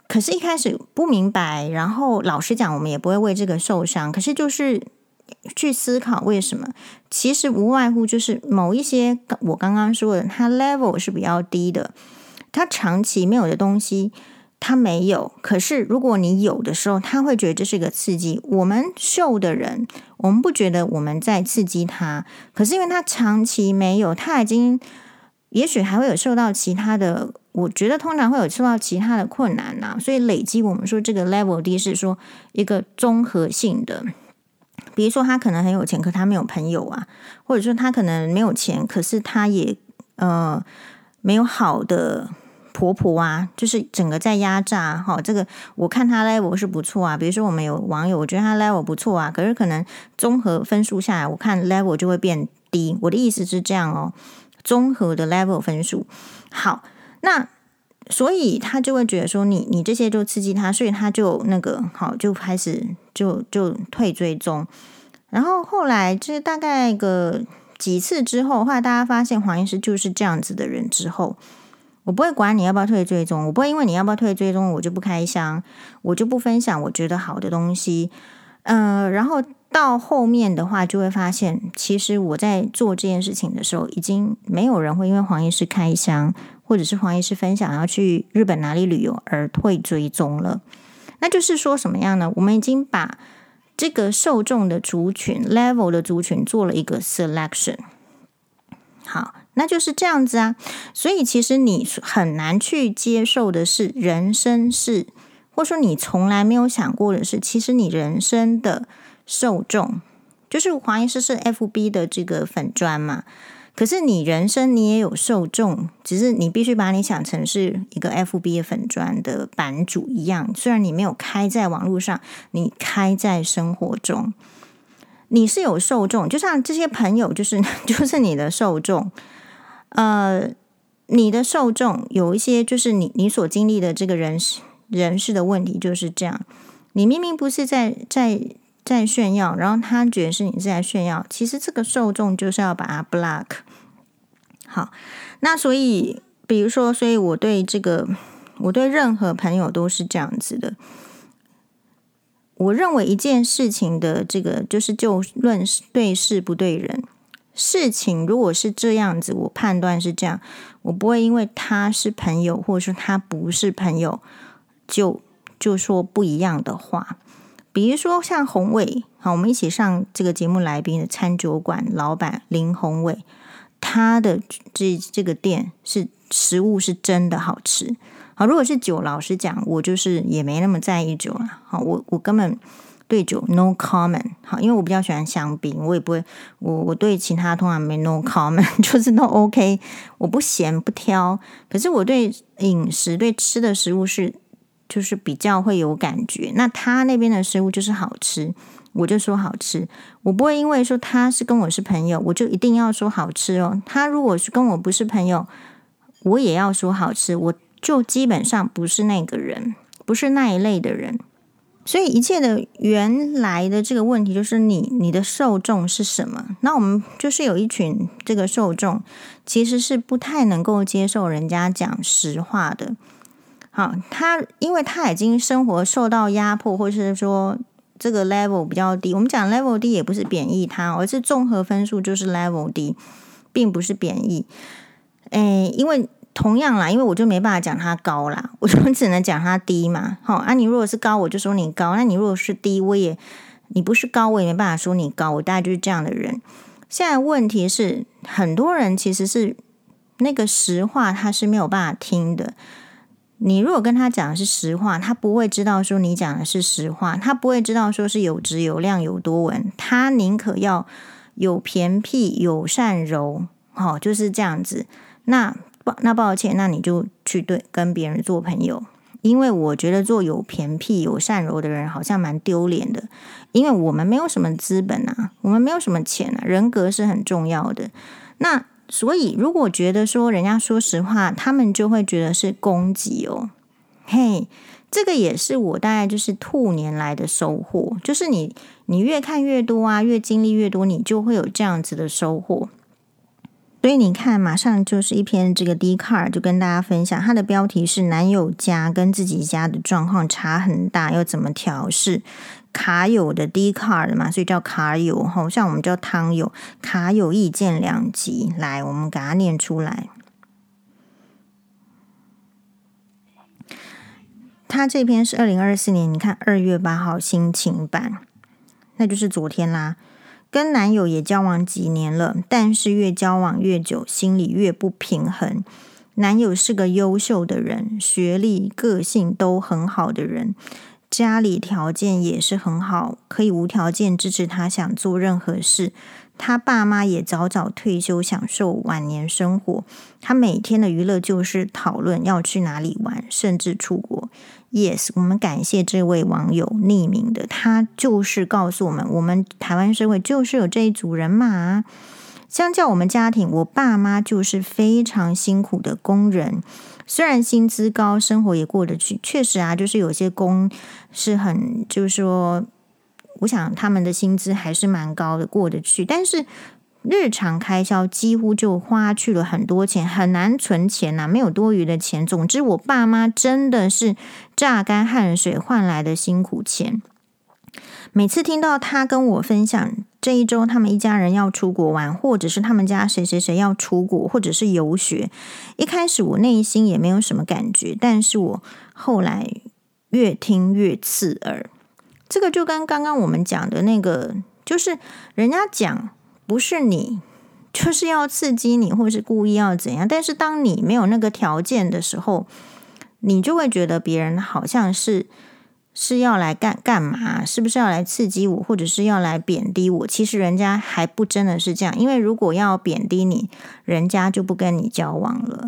可是一开始不明白，然后老实讲我们也不会为这个受伤，可是就是去思考为什么，其实无外乎就是某一些我刚刚说的它 level 是比较低的，它长期没有的东西他没有，可是如果你有的时候，他会觉得这是个刺激。我们受的人，我们不觉得我们在刺激他，可是因为他长期没有，他已经也许还会有受到其他的，我觉得通常会有受到其他的困难啊，所以累积我们说这个 level 低是说一个综合性的，比如说他可能很有钱，可他没有朋友啊，或者说他可能没有钱，可是他也没有好的婆婆啊，就是整个在压榨哈。这个我看他 level 是不错啊，比如说我们有网友，我觉得他 level 不错啊，可是可能综合分数下来，我看 level 就会变低。我的意思是这样哦，综合的 level 分数好，那所以他就会觉得说你这些就刺激他，所以他就那个好就开始就退追踪。然后后来这大概个几次之后，后来大家发现黄医师就是这样子的人之后，我不会管你要不要退追踪，我不会因为你要不要退追踪我就不开箱，我就不分享我觉得好的东西。然后到后面的话就会发现，其实我在做这件事情的时候，已经没有人会因为黄医师开箱或者是黄医师分享要去日本哪里旅游而退追踪了。那就是说什么样呢？我们已经把这个受众的族群 level 的族群做了一个 selection。 好，那就是这样子啊。所以其实你很难去接受的是人生是，或者说你从来没有想过的是，其实你人生的受众就是黄医师是 FB 的这个粉专嘛，可是你人生你也有受众，只是你必须把你想成是一个 FB 的粉专的版主一样，虽然你没有开在网络上，你开在生活中，你是有受众，就像这些朋友就是你的受众。你的受众有一些就是你所经历的这个人事的问题就是这样，你明明不是在炫耀，然后他觉得是你是在炫耀，其实这个受众就是要把它 block。 好，那所以比如说，所以我对任何朋友都是这样子的，我认为一件事情的这个就是就论对事不对人，事情如果是这样子，我判断是这样，我不会因为他是朋友或者说他不是朋友就说不一样的话。比如说像宏伟，好，我们一起上这个节目来宾的餐酒馆老板林宏伟，他的这个店是食物是真的好吃。好，如果是酒，老实讲，我就是也没那么在意酒了。好，我根本对酒 no comment。好，因为我比较喜欢香槟，我也不会，我对其他通常没 no comment， 就是都 OK， 我不咸不挑。可是我对饮食对吃的食物就是比较会有感觉。那他那边的食物就是好吃，我就说好吃，我不会因为说他是跟我是朋友，我就一定要说好吃哦。他如果是跟我不是朋友，我也要说好吃，我就基本上不是那个人，不是那一类的人。所以一切的原来的这个问题就是你的受众是什么？那我们就是有一群这个受众其实是不太能够接受人家讲实话的。好，因为他已经生活受到压迫，或是说这个 level 比较低，我们讲 level 低也不是贬义他，而是综合分数就是 level 低，并不是贬义。因为同样啦，因为我就没办法讲他高啦，我就只能讲他低嘛。好啊，你如果是高，我就说你高；那你如果是低，你不是高，我也没办法说你高。我大概就是这样的人。现在问题是，很多人其实是那个实话，他是没有办法听的。你如果跟他讲的是实话，他不会知道说你讲的是实话，他不会知道说是有质有量有多稳，他宁可要有偏僻有善柔，就是这样子。那抱歉，那你就去跟别人做朋友，因为我觉得做有偏僻有善柔的人好像蛮丢脸的，因为我们没有什么资本啊，我们没有什么钱啊，人格是很重要的。那所以如果觉得说人家说实话，他们就会觉得是攻击哦。嘿，这个也是我大概就是兔年来的收获，就是你越看越多啊，越经历越多，你就会有这样子的收获。 所以你看，马上就是一篇这个 Dcard 就跟大家分享，它的标题是男友家跟自己家的状况差很大，要怎么调试。卡友的 Dcard 嘛，所以叫卡友，像我们叫汤友，卡友意见2集。来，我们给它念出来。他这篇是2024年，你看2月8号心情版，那就是昨天啦。跟男友也交往几年了，但是越交往越久，心里越不平衡。男友是个优秀的人，学历、个性都很好的人，家里条件也是很好，可以无条件支持他想做任何事。他爸妈也早早退休，享受晚年生活。他每天的娱乐就是讨论要去哪里玩，甚至出国。Yes， 我们感谢这位网友匿名的，他就是告诉我们，我们台湾社会就是有这一组人嘛。相较我们家庭，我爸妈就是非常辛苦的工人，虽然薪资高，生活也过得去，确实啊，就是有些工是很，就是说，我想他们的薪资还是蛮高的，过得去，但是日常开销几乎就花去了很多钱，很难存钱啊，没有多余的钱。总之，我爸妈真的是榨干汗水换来的辛苦钱。每次听到他跟我分享这一周他们一家人要出国玩，或者是他们家谁谁谁要出国，或者是游学，一开始我内心也没有什么感觉，但是我后来越听越刺耳。这个就跟刚刚我们讲的那个，就是人家讲不是你就是要刺激你，或是故意要怎样，但是当你没有那个条件的时候，你就会觉得别人好像是要来干嘛，是不是要来刺激我，或者是要来贬低我。其实人家还不真的是这样，因为如果要贬低你，人家就不跟你交往了。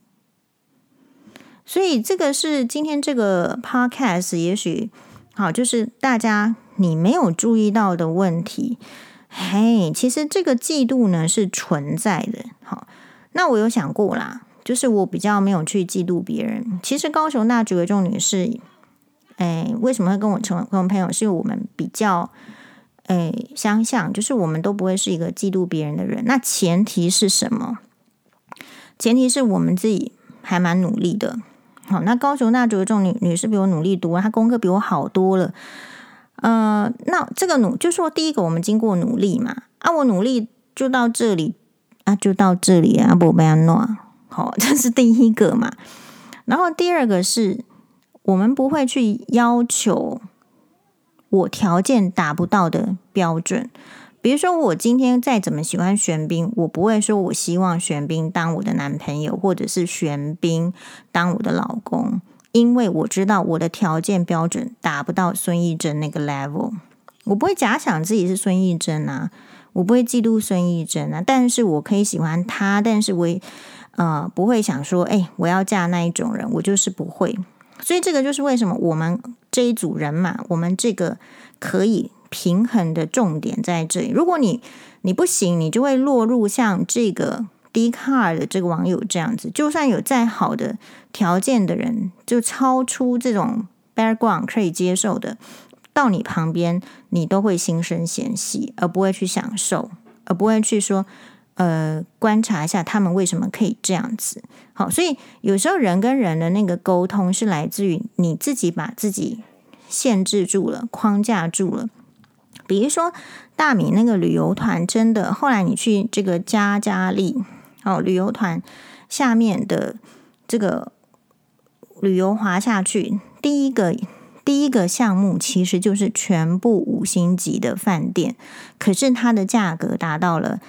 所以这个是今天这个 podcast 也许好，就是大家你没有注意到的问题。嘿，其实这个嫉妒呢是存在的。好，那我有想过啦，就是我比较没有去嫉妒别人。其实高雄大举为众女士，为什么会跟我成为朋友？是因为我们比较相像，就是我们都不会是一个嫉妒别人的人。那前提是什么？前提是我们自己还蛮努力的。好，那高雄大举为众女士比我努力多，她功课比我好多了。那这个就说第一个，我们经过努力嘛，我努力就到这里就到这里啊，不被安诺，好，这是第一个嘛。然后第二个是，我们不会去要求我条件达不到的标准。比如说，我今天再怎么喜欢玄彬，我不会说我希望玄彬当我的男朋友，或者是玄彬当我的老公。因为我知道我的条件标准达不到孙艺珍那个 level， 我不会假想自己是孙艺珍啊，我不会嫉妒孙艺珍啊，但是我可以喜欢他，但是我也不会想说，我要嫁那一种人，我就是不会。所以这个就是为什么我们这一组人嘛，我们这个可以平衡的重点在这里。如果你不行，你就会落入像这个Dcard 的这个网友这样子，就算有再好的条件的人，就超出这种 background 可以接受的，到你旁边你都会心生嫌隙，而不会去享受，而不会去说观察一下他们为什么可以这样子。好，所以有时候人跟人的那个沟通是来自于你自己把自己限制住了，框架住了。比如说大米那个旅游团，真的后来你去这个加加利旅游团下面的这个旅游滑下去，第一个项目其实就是全部5星级的饭店，可是它的价格达到了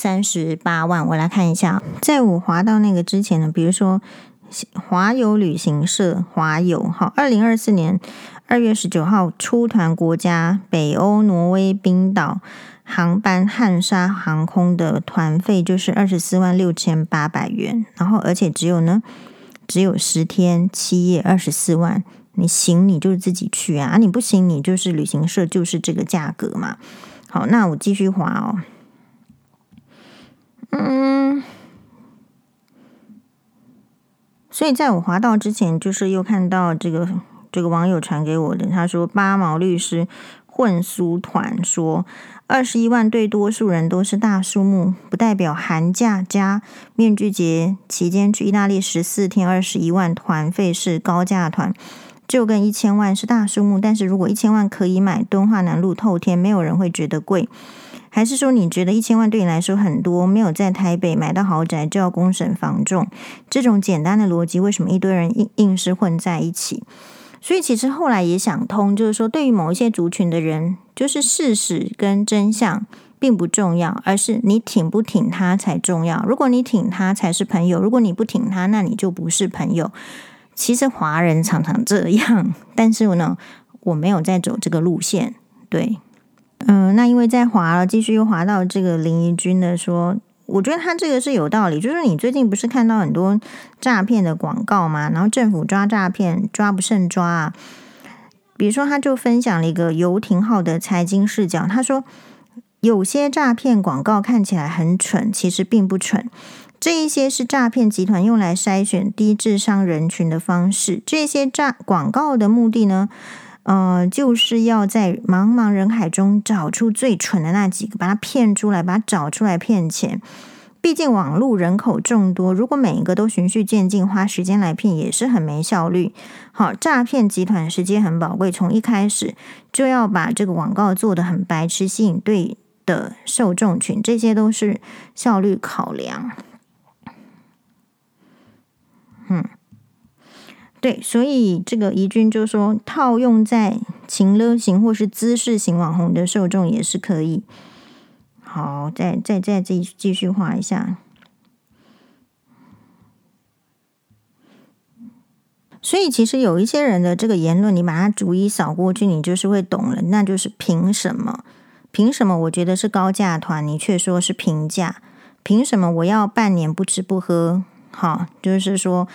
38万。我来看一下，在我滑到那个之前呢，比如说华友旅行社华友2024年2月19号出团国家北欧、挪威、冰岛航班汉莎航空的团费就是246800元，然后而且只有10天7夜24万。你行你就自己去啊，你不行你就是旅行社就是这个价格嘛。好，那我继续滑所以在我滑到之前，就是又看到这个网友传给我的，他说八毛律师混俗团说，21万对多数人都是大数目，不代表寒假加面具节期间去意大利14天21万团费是高价团，就跟1000万是大数目，但是如果1000万可以买敦化南路透天，没有人会觉得贵。还是说你觉得1000万对你来说很多，没有在台北买到豪宅就要公审房仲？这种简单的逻辑为什么一堆人硬是混在一起？所以其实后来也想通，就是说对于某一些族群的人，就是事实跟真相并不重要，而是你挺不挺他才重要。如果你挺他才是朋友，如果你不挺他，那你就不是朋友。其实华人常常这样，但是呢，我没有在走这个路线，对。那因为在滑了，继续又滑到这个林怡君的说，我觉得他这个是有道理，就是你最近不是看到很多诈骗的广告吗？然后政府抓诈骗抓不胜抓啊。比如说他就分享了一个游艇号的财经视角，他说有些诈骗广告看起来很蠢，其实并不蠢，这一些是诈骗集团用来筛选低智商人群的方式。这些广告的目的呢，就是要在茫茫人海中找出最蠢的那几个，把它骗出来，把它找出来骗钱。毕竟网络人口众多，如果每一个都循序渐进，花时间来骗也是很没效率。好，诈骗集团时间很宝贵，从一开始就要把这个广告做得很白痴，吸引对的受众群，这些都是效率考量。对，所以这个怡君就说，套用在情勒型或是姿势型网红的受众也是可以。好，再继续画一下。所以其实有一些人的这个言论，你把它逐一扫过去，你就是会懂了。那就是凭什么？凭什么我觉得是高价团，你却说是平价？凭什么我要半年不吃不喝？好，就是说，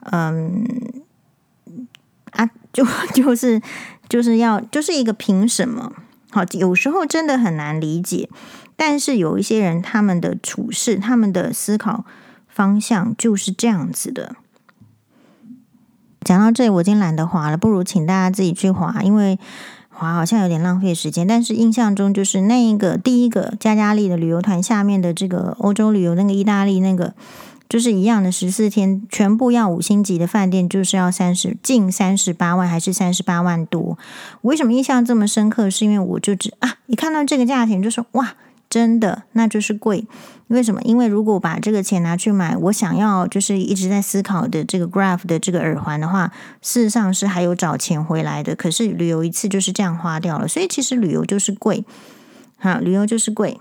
就是一个凭什么？好，有时候真的很难理解。但是有一些人，他们的处事，他们的思考方向就是这样子的。讲到这里，我已经懒得滑了，不如请大家自己去滑，因为滑好像有点浪费时间。但是印象中就是那一个第一个加加利的旅游团下面的这个欧洲旅游，那个意大利那个。就是一样的14天，全部要5星级的饭店，就是要近38万还是38万多？我为什么印象这么深刻？是因为我就一看到这个价钱就说哇，真的那就是贵。为什么？因为如果把这个钱拿去买我想要就是一直在思考的这个 Graph 的这个耳环的话，事实上是还有找钱回来的。可是旅游一次就是这样花掉了，所以其实旅游就是贵，旅游就是贵。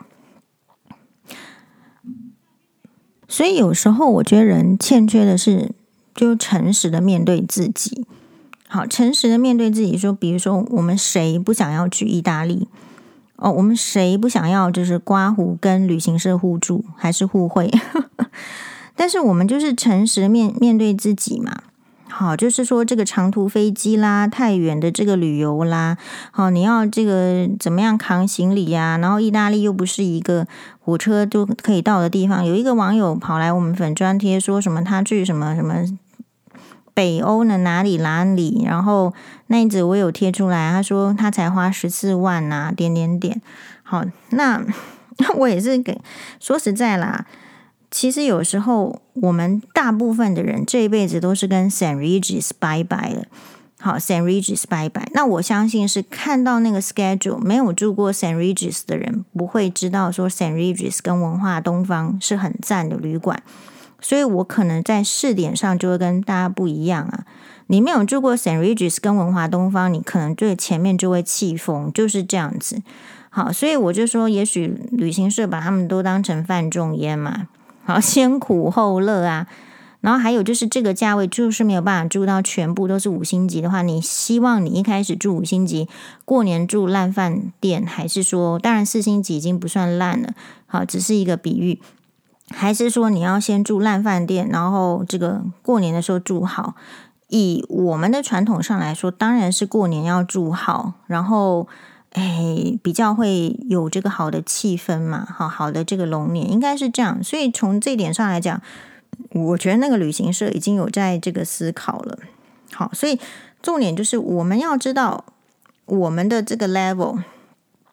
所以有时候我觉得人欠缺的是就诚实的面对自己。好，诚实的面对自己说，比如说我们谁不想要去意大利？我们谁不想要就是刮胡跟旅行社互助还是互惠？但是我们就是诚实的面对自己嘛。好，就是说这个长途飞机啦，太远的这个旅游啦，好，你要这个怎么样扛行李啊？然后意大利又不是一个火车就可以到的地方。有一个网友跑来我们粉专贴说什么他去什么什么北欧的哪里，然后那一则我有贴出来，他说他才花14万啊，点。好，那我也是说实在啦。其实有时候我们大部分的人这一辈子都是跟 St. Regis 拜拜了。好 ，St. Regis 拜拜。那我相信是看到那个 schedule 没有住过 St. Regis 的人不会知道说 St. Regis 跟文化东方是很赞的旅馆，所以我可能在试点上就会跟大家不一样啊。你没有住过 St. Regis 跟文华东方，你可能对前面就会气疯，就是这样子。好，所以我就说，也许旅行社把他们都当成范仲淹嘛。好，先苦后乐啊，然后还有就是这个价位就是没有办法住到全部都是5星级的话，你希望你一开始住5星级，过年住烂饭店，还是说当然4星级已经不算烂了，好，只是一个比喻，还是说你要先住烂饭店，然后这个过年的时候住好？以我们的传统上来说，当然是过年要住好，然后比较会有这个好的气氛嘛，好的这个龙年应该是这样，所以从这点上来讲，我觉得那个旅行社已经有在这个思考了。好，所以重点就是我们要知道我们的这个 level，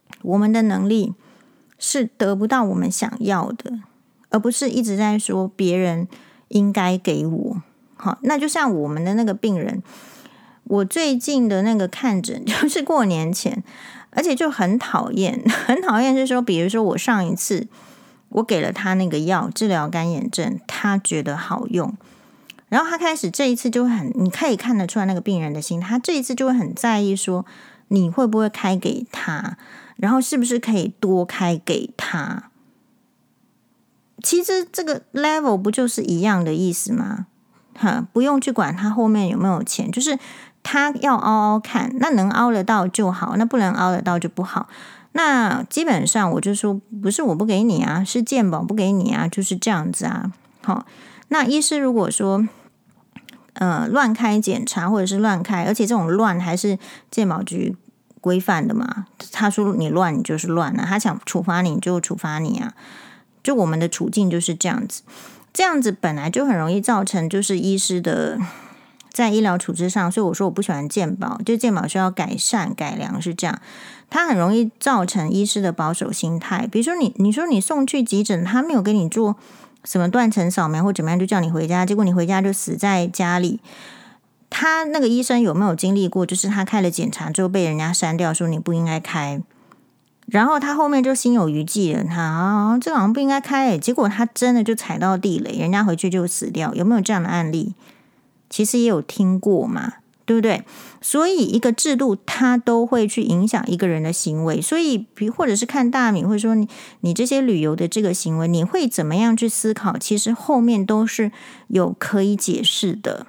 我们的能力是得不到我们想要的，而不是一直在说别人应该给我。好，那就像我们的那个病人，我最近的那个看诊就是过年前，而且就很讨厌，很讨厌是说，比如说我上一次我给了他那个药治疗干眼症，他觉得好用，然后他开始这一次就会很，你可以看得出来那个病人的心，他这一次就会很在意说你会不会开给他，然后是不是可以多开给他。其实这个 level 不就是一样的意思吗？不用去管他后面有没有钱，就是他要凹凹看，那能凹得到就好，那不能凹得到就不好。那基本上我就说，不是我不给你啊，是健保不给你啊，就是这样子啊。好，那医师如果说乱开检查或者是乱开，而且这种乱还是健保局规范的嘛，他说你乱你就是乱啊，他想处罚你就处罚你啊，就我们的处境就是这样子。这样子本来就很容易造成就是医师的在医疗处置上，所以我说我不喜欢健保，就健保需要改善改良是这样，它很容易造成医师的保守心态。比如说你说你送去急诊，他没有给你做什么断层扫描或怎么样，就叫你回家，结果你回家就死在家里。他那个医生有没有经历过，就是他开了检查之后被人家删掉，说你不应该开，然后他后面就心有余悸了，他这个好像不应该开结果他真的就踩到地雷，人家回去就死掉。有没有这样的案例？其实也有听过嘛，对不对？所以一个制度它都会去影响一个人的行为，所以或者是看大米，或者说你这些旅游的这个行为，你会怎么样去思考，其实后面都是有可以解释的。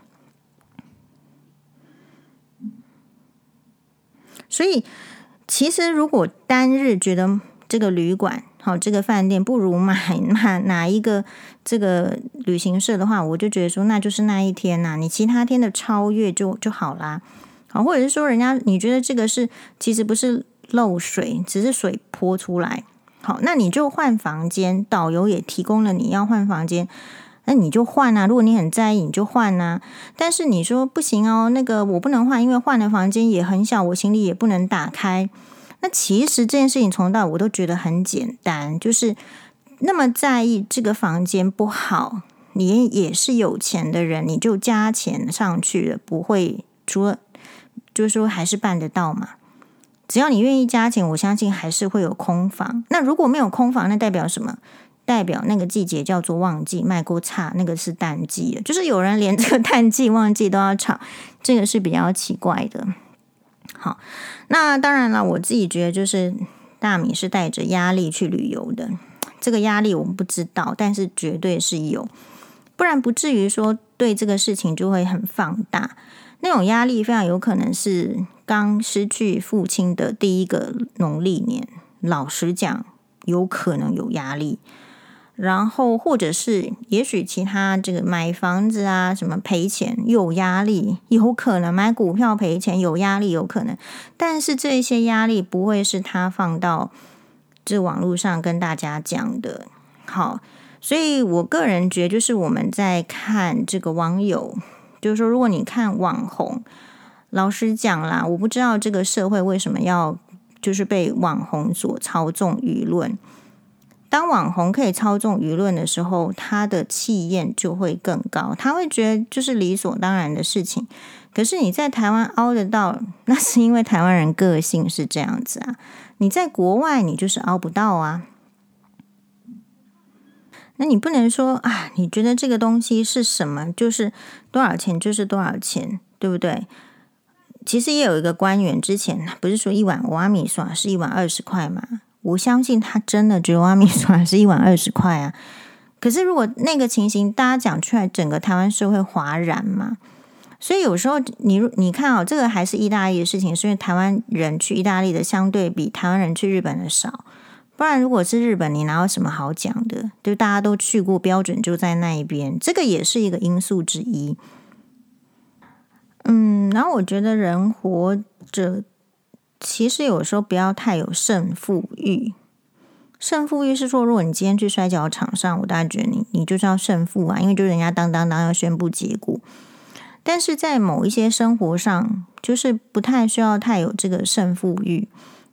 所以其实如果单日觉得这个旅馆好，这个饭店不如买哪一个这个旅行社的话，我就觉得说那就是那一天你其他天的超越就好啦。好，或者是说人家你觉得这个是其实不是漏水，只是水泼出来，好，那你就换房间，导游也提供了你要换房间，那你就换如果你很在意你就换但是你说不行那个我不能换，因为换的房间也很小，我行李也不能打开。那其实这件事情从到我都觉得很简单，就是那么在意这个房间不好，你也是有钱的人，你就加钱上去了，不会除了就是说还是办得到嘛。只要你愿意加钱，我相信还是会有空房。那如果没有空房，那代表什么？代表那个季节叫做旺季，卖锅差，那个是淡季了，就是有人连这个淡季旺季都要炒，这个是比较奇怪的。好，那当然了，我自己觉得就是大米是带着压力去旅游的，这个压力我们不知道，但是绝对是有，不然不至于说对这个事情就会很放大。那种压力非常有可能是刚失去父亲的第一个农历年，老实讲有可能有压力。然后或者是也许其他这个买房子什么赔钱有压力，有可能买股票赔钱有压力，有可能，但是这些压力不会是他放到这网络上跟大家讲的。好，所以我个人觉得就是我们在看这个网友，就是说如果你看网红，老实讲啦，我不知道这个社会为什么要就是被网红所操纵舆论。当网红可以操纵舆论的时候，他的气焰就会更高，他会觉得就是理所当然的事情。可是你在台湾凹得到，那是因为台湾人个性是这样子你在国外你就是凹不到那你不能说你觉得这个东西是什么，就是多少钱就是多少钱，对不对？其实也有一个官员之前不是说一碗蚵仔米线是1碗20块吗？我相信他真的觉得蚵仔米线是1碗20块可是如果那个情形大家讲出来，整个台湾社会哗然嘛。所以有时候你看这个还是意大利的事情，是因为台湾人去意大利的相对比台湾人去日本的少，不然如果是日本，你哪有什么好讲的？就大家都去过，标准就在那一边，这个也是一个因素之一。然后我觉得人活着其实有时候不要太有胜负欲。胜负欲是说，如果你今天去摔跤场上，我大概觉得你就是要胜负因为就人家当要宣布结果。但是在某一些生活上，就是不太需要太有这个胜负欲。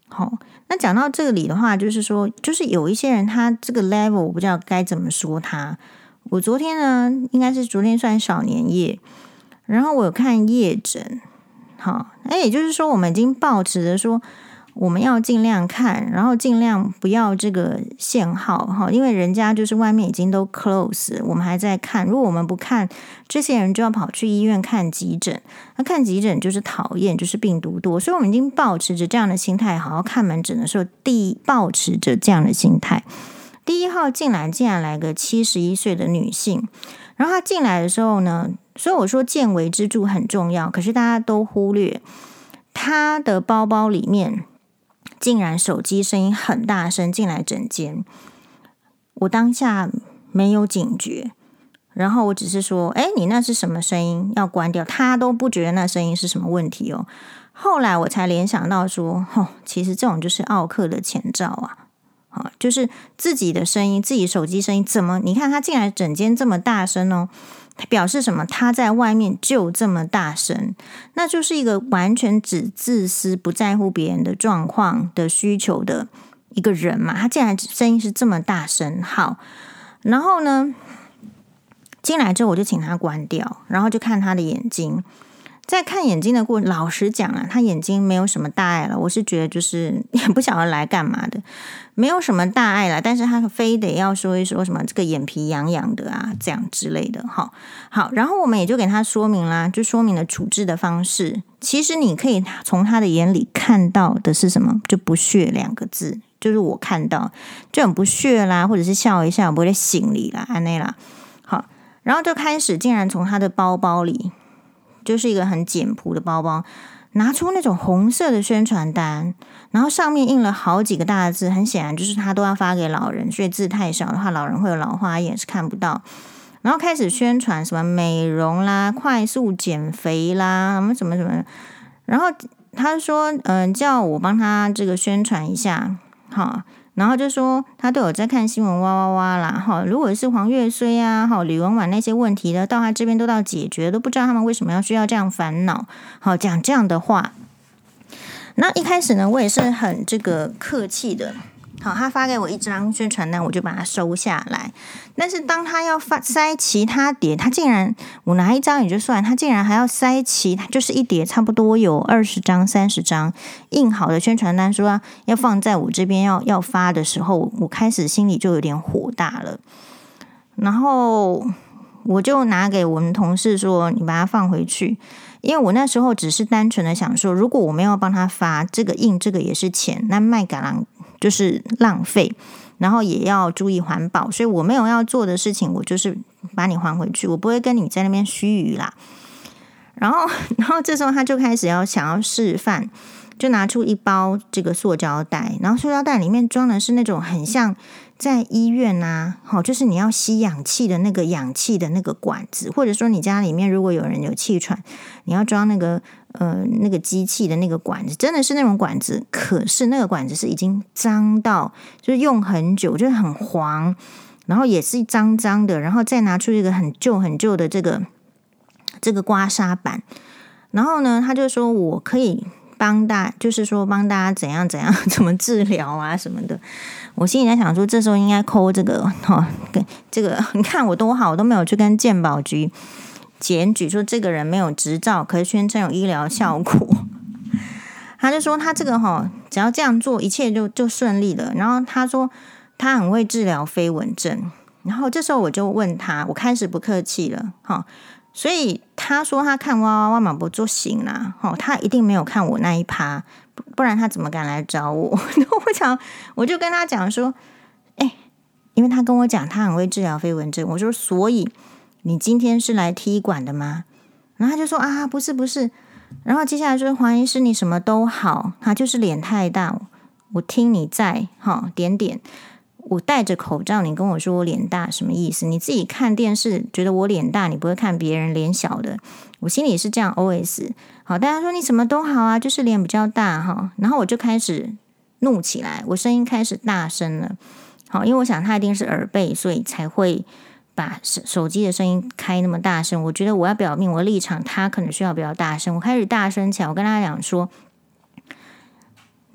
好，那讲到这里的话，就是说，就是有一些人他这个 level 我不知道该怎么说他。我昨天呢，应该是昨天算少年夜，然后我有看夜诊，好，也就是说，我们已经抱持着说我们要尽量看，然后尽量不要这个限号哈，因为人家就是外面已经都 close， 我们还在看。如果我们不看，这些人就要跑去医院看急诊，那看急诊就是讨厌，就是病毒多，所以我们已经抱持着这样的心态，好好看门诊的时候，抱持着这样的心态。第一号进来，竟然来个71岁的女性，然后她进来的时候呢，所以我说见微知著很重要，可是大家都忽略她的包包里面竟然手机声音很大声进来诊间。我当下没有警觉，然后我只是说你那是什么声音，要关掉。他都不觉得那声音是什么问题哦。后来我才联想到说其实这种就是奥客的前兆啊，就是自己的声音，自己手机声音怎么你看他进来诊间这么大声哦，表示什么？他在外面就这么大声，那就是一个完全只自私不在乎别人的状况的需求的一个人嘛。他进来声音是这么大声，好，然后呢进来之后我就请他关掉，然后就看他的眼睛。在看眼睛的过程，老实讲啊，他眼睛没有什么大碍了。我是觉得就是也不晓得来干嘛的，没有什么大碍了。但是他非得要说一说什么这个眼皮痒痒的啊，这样之类的。好，然后我们也就给他说明啦，就说明了处置的方式。其实你可以从他的眼里看到的是什么？就不屑2个字，就是我看到就很不屑啦，或者是笑一下，不会醒里啦，安内啦。好，然后就开始竟然从他的包包里。就是一个很简朴的包包，拿出那种红色的宣传单，然后上面印了好几个大字，很显然就是他都要发给老人，所以字太小的话，老人会有老花眼是看不到。然后开始宣传什么美容啦、快速减肥啦，什么，然后他说叫我帮他这个宣传一下，好。然后就说他都有在看新闻哇哇哇啦，如果是黄越绥啊，李文婉那些问题的，到他这边都到解决，都不知道他们为什么需要这样烦恼，讲这样的话。那一开始呢，我也是很这个客气的。他发给我一张宣传单，我就把它收下来。但是当他要塞其他叠，他竟然我拿一张也就算，他竟然还要塞就是一叠差不多有20张、30张印好的宣传单，说要放在我这边要发的时候，我开始心里就有点火大了。然后我就拿给我们同事说：“你把它放回去。”因为我那时候只是单纯的想说，如果我们要帮他发这个印，这个也是钱，那卖给人就是浪费，然后也要注意环保，所以我没有要做的事情，我就是把你还回去，我不会跟你在那边虚臾啦。然后这时候他就开始想要示范，就拿出一包这个塑胶袋，然后塑胶袋里面装的是那种很像在医院啊，就是你要吸氧气的那个管子，或者说你家里面如果有人有气喘，你要装那个机器的那个管子，真的是那种管子，可是那个管子是已经脏到就是用很久，就是很黄，然后也是脏脏的，然后再拿出一个很旧的这个刮痧板，然后呢他就说我可以帮大家怎样怎么治疗啊什么的。我心里在想说，这时候应该扣这个这个你看我多好，我都没有去跟健保局检举说这个人没有执照，可是宣称有医疗效果。他就说他这个只要这样做，一切就顺利了。然后他说他很会治疗飞蚊症。然后这时候我就问他，我开始不客气了所以他说他看哇哇哇嘛不就行啦，他一定没有看我那一趴，不然他怎么敢来找我？我就跟他讲说，因为他跟我讲他很会治疗飞蚊症，我说所以你今天是来踢馆的吗？然后他就说啊不是，然后接下来说黄医师你什么都好，他就是脸太大，我听你在点。我戴着口罩，你跟我说我脸大什么意思？你自己看电视觉得我脸大，你不会看别人脸小的。我心里是这样 OS。大家说你什么都好啊，就是脸比较大然后我就开始怒起来，我声音开始大声了。因为我想他一定是耳背，所以才会把手机的声音开那么大声。我觉得我要表明我的立场，他可能需要比较大声。我开始大声起来，我跟他讲说，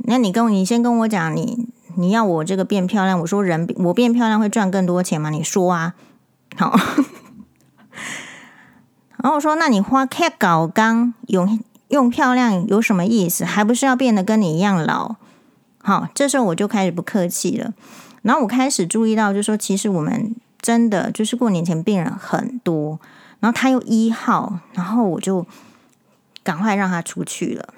那你先跟我讲，你要我这个变漂亮，我说我变漂亮会赚更多钱吗？你说啊，好。然后我说，那你花开搞刚用漂亮有什么意思？还不是要变得跟你一样老？好，这时候我就开始不客气了。然后我开始注意到，就是说，其实我们真的就是过年前病人很多，然后他又1号，然后我就赶快让他出去了。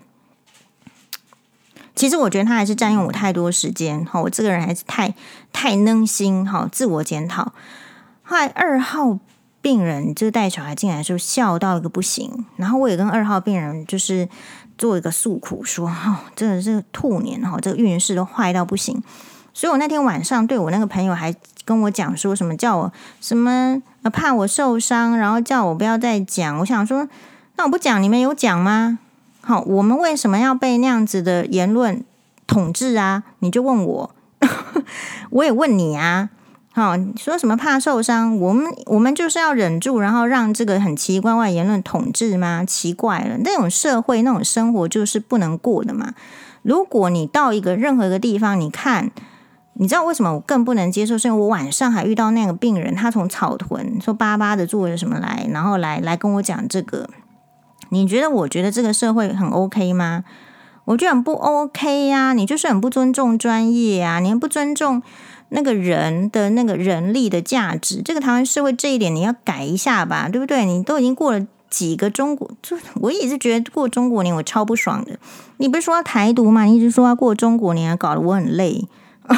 其实我觉得他还是占用我太多时间，我这个人还是太能心，自我检讨。后来2号病人就带小孩进来的时候笑到一个不行，然后我也跟2号病人就是做一个诉苦，说真的是兔年这个运势都坏到不行。所以我那天晚上对我那个朋友还跟我讲说什么叫我什么怕我受伤，然后叫我不要再讲。我想说，那我不讲你们有讲吗？好，我们为什么要被那样子的言论统治啊？你就问我，我也问你啊。好，说什么怕受伤？我们就是要忍住，然后让这个很奇怪的言论统治吗？奇怪了，那种社会那种生活就是不能过的嘛。如果你到任何一个地方，你看，你知道为什么我更不能接受？是因为我晚上还遇到那个病人，他从草屯说巴巴的做了什么来，然后来跟我讲这个。你觉得我觉得这个社会很 OK 吗？我觉得很不 OK 呀，你就是很不尊重专业啊，你很不尊重那个人的那个人力的价值。这个台湾社会这一点你要改一下吧，对不对？你都已经过了几个中国，我也是觉得过中国年我超不爽的。你不是说要台独吗？你一直说要过中国年，搞得我很累，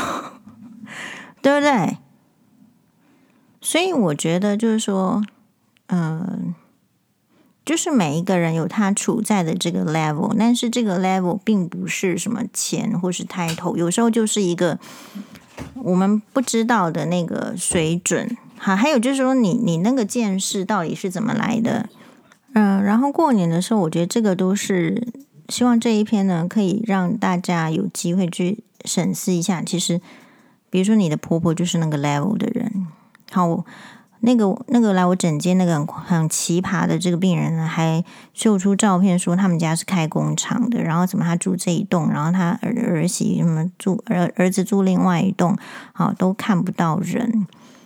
对不对？所以我觉得就是说，就是每一个人有他处在的这个 level， 但是这个 level 并不是什么钱或是 title， 有时候就是一个我们不知道的那个水准。好，还有就是说你那个见识到底是怎么来的？然后过年的时候，我觉得这个都是希望这一篇呢，可以让大家有机会去审视一下。其实，比如说你的婆婆就是那个 level 的人，好。那个来我诊间那个很奇葩的这个病人呢，还秀出照片说他们家是开工厂的，然后怎么他住这一栋，然后他儿媳什么住儿子住另外一栋，好都看不到人。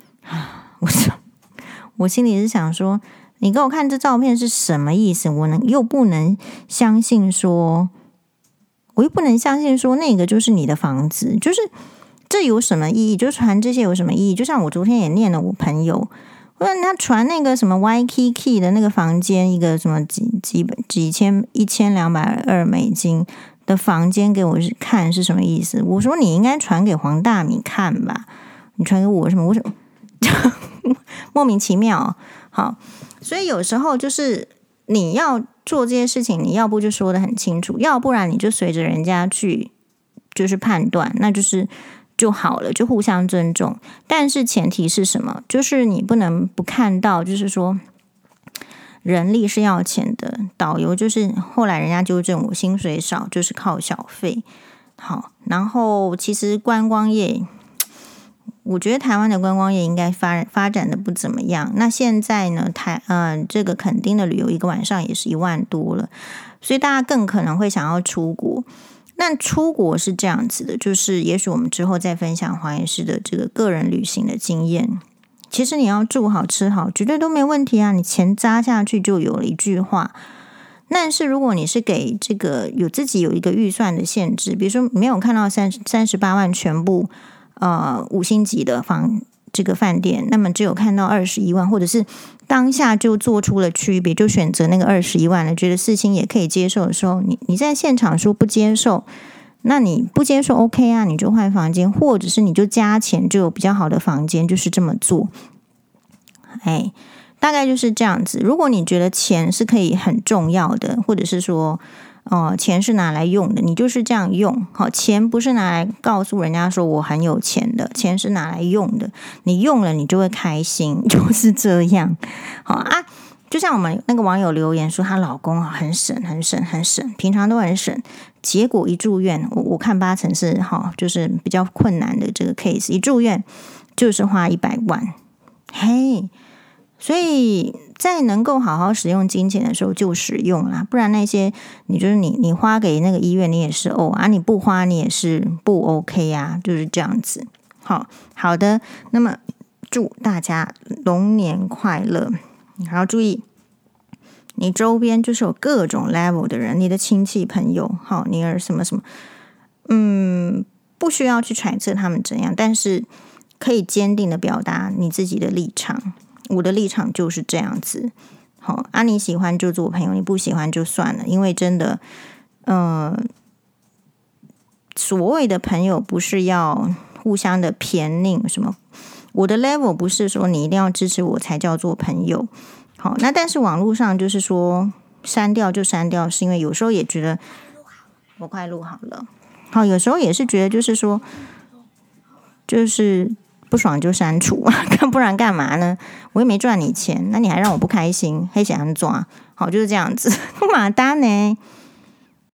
我心里是想说，你给我看这照片是什么意思？我又不能相信说那个就是你的房子，就是。这有什么意义？就传这些有什么意义？就像我昨天也念了我朋友，我问他传那个什么 YKK 的那个房间，一个什么几千$1220的房间给我看是什么意思？我说你应该传给黄大米看吧，你传给我什么？我说莫名其妙。好，所以有时候就是你要做这些事情，你要不就说得很清楚，要不然你就随着人家去就是判断，那就好了，就互相尊重。但是前提是什么？就是你不能不看到，就是说人力是要钱的，导游就是后来人家纠正我，薪水少就是靠小费。好，然后其实观光业，我觉得台湾的观光业应该发展的不怎么样。那现在呢，这个垦丁的旅游一个晚上也是1万多了，所以大家更可能会想要出国。那出国是这样子的，就是也许我们之后再分享黄医师的这个个人旅行的经验。其实你要住好吃好绝对都没问题啊，你钱扎下去就有了一句话。但是如果你是给这个自己有一个预算的限制，比如说没有看到38万全部5星级的这个饭店，那么只有看到21万，或者是当下就做出了区别，就选择那个21万了，觉得4星也可以接受的时候，你在现场说不接受，那你不接受 OK 啊，你就换房间，或者是你就加钱就有比较好的房间，就是这么做。大概就是这样子。如果你觉得钱是可以很重要的，或者是说钱是拿来用的，你就是这样用。好，钱不是拿来告诉人家说我很有钱的，钱是拿来用的，你用了你就会开心，就是这样。好啊，就像我们那个网友留言说，她老公很省，平常都很省，结果一住院，我看8成是就是比较困难的这个 case， 一住院就是花100万。所以在能够好好使用金钱的时候就使用啦，不然那些你花给那个医院你也是你不花你也是不 OK 啊，就是这样子。好的，那么祝大家龙年快乐。还要注意，你周边就是有各种 level 的人，你的亲戚朋友，你儿什么什么，不需要去揣测他们怎样，但是可以坚定的表达你自己的立场。我的立场就是这样子。你喜欢就做朋友，你不喜欢就算了。因为真的，所谓的朋友不是要互相的偏佞什么。我的 level 不是说你一定要支持我才叫做朋友。那但是网络上就是说删掉就删掉，是因为有时候也觉得我快录好了。有时候也是觉得就是说，就是不爽就删除，不然干嘛呢？我又没赚你钱，那你还让我不开心，黑想抓，就是这样子。马达呢？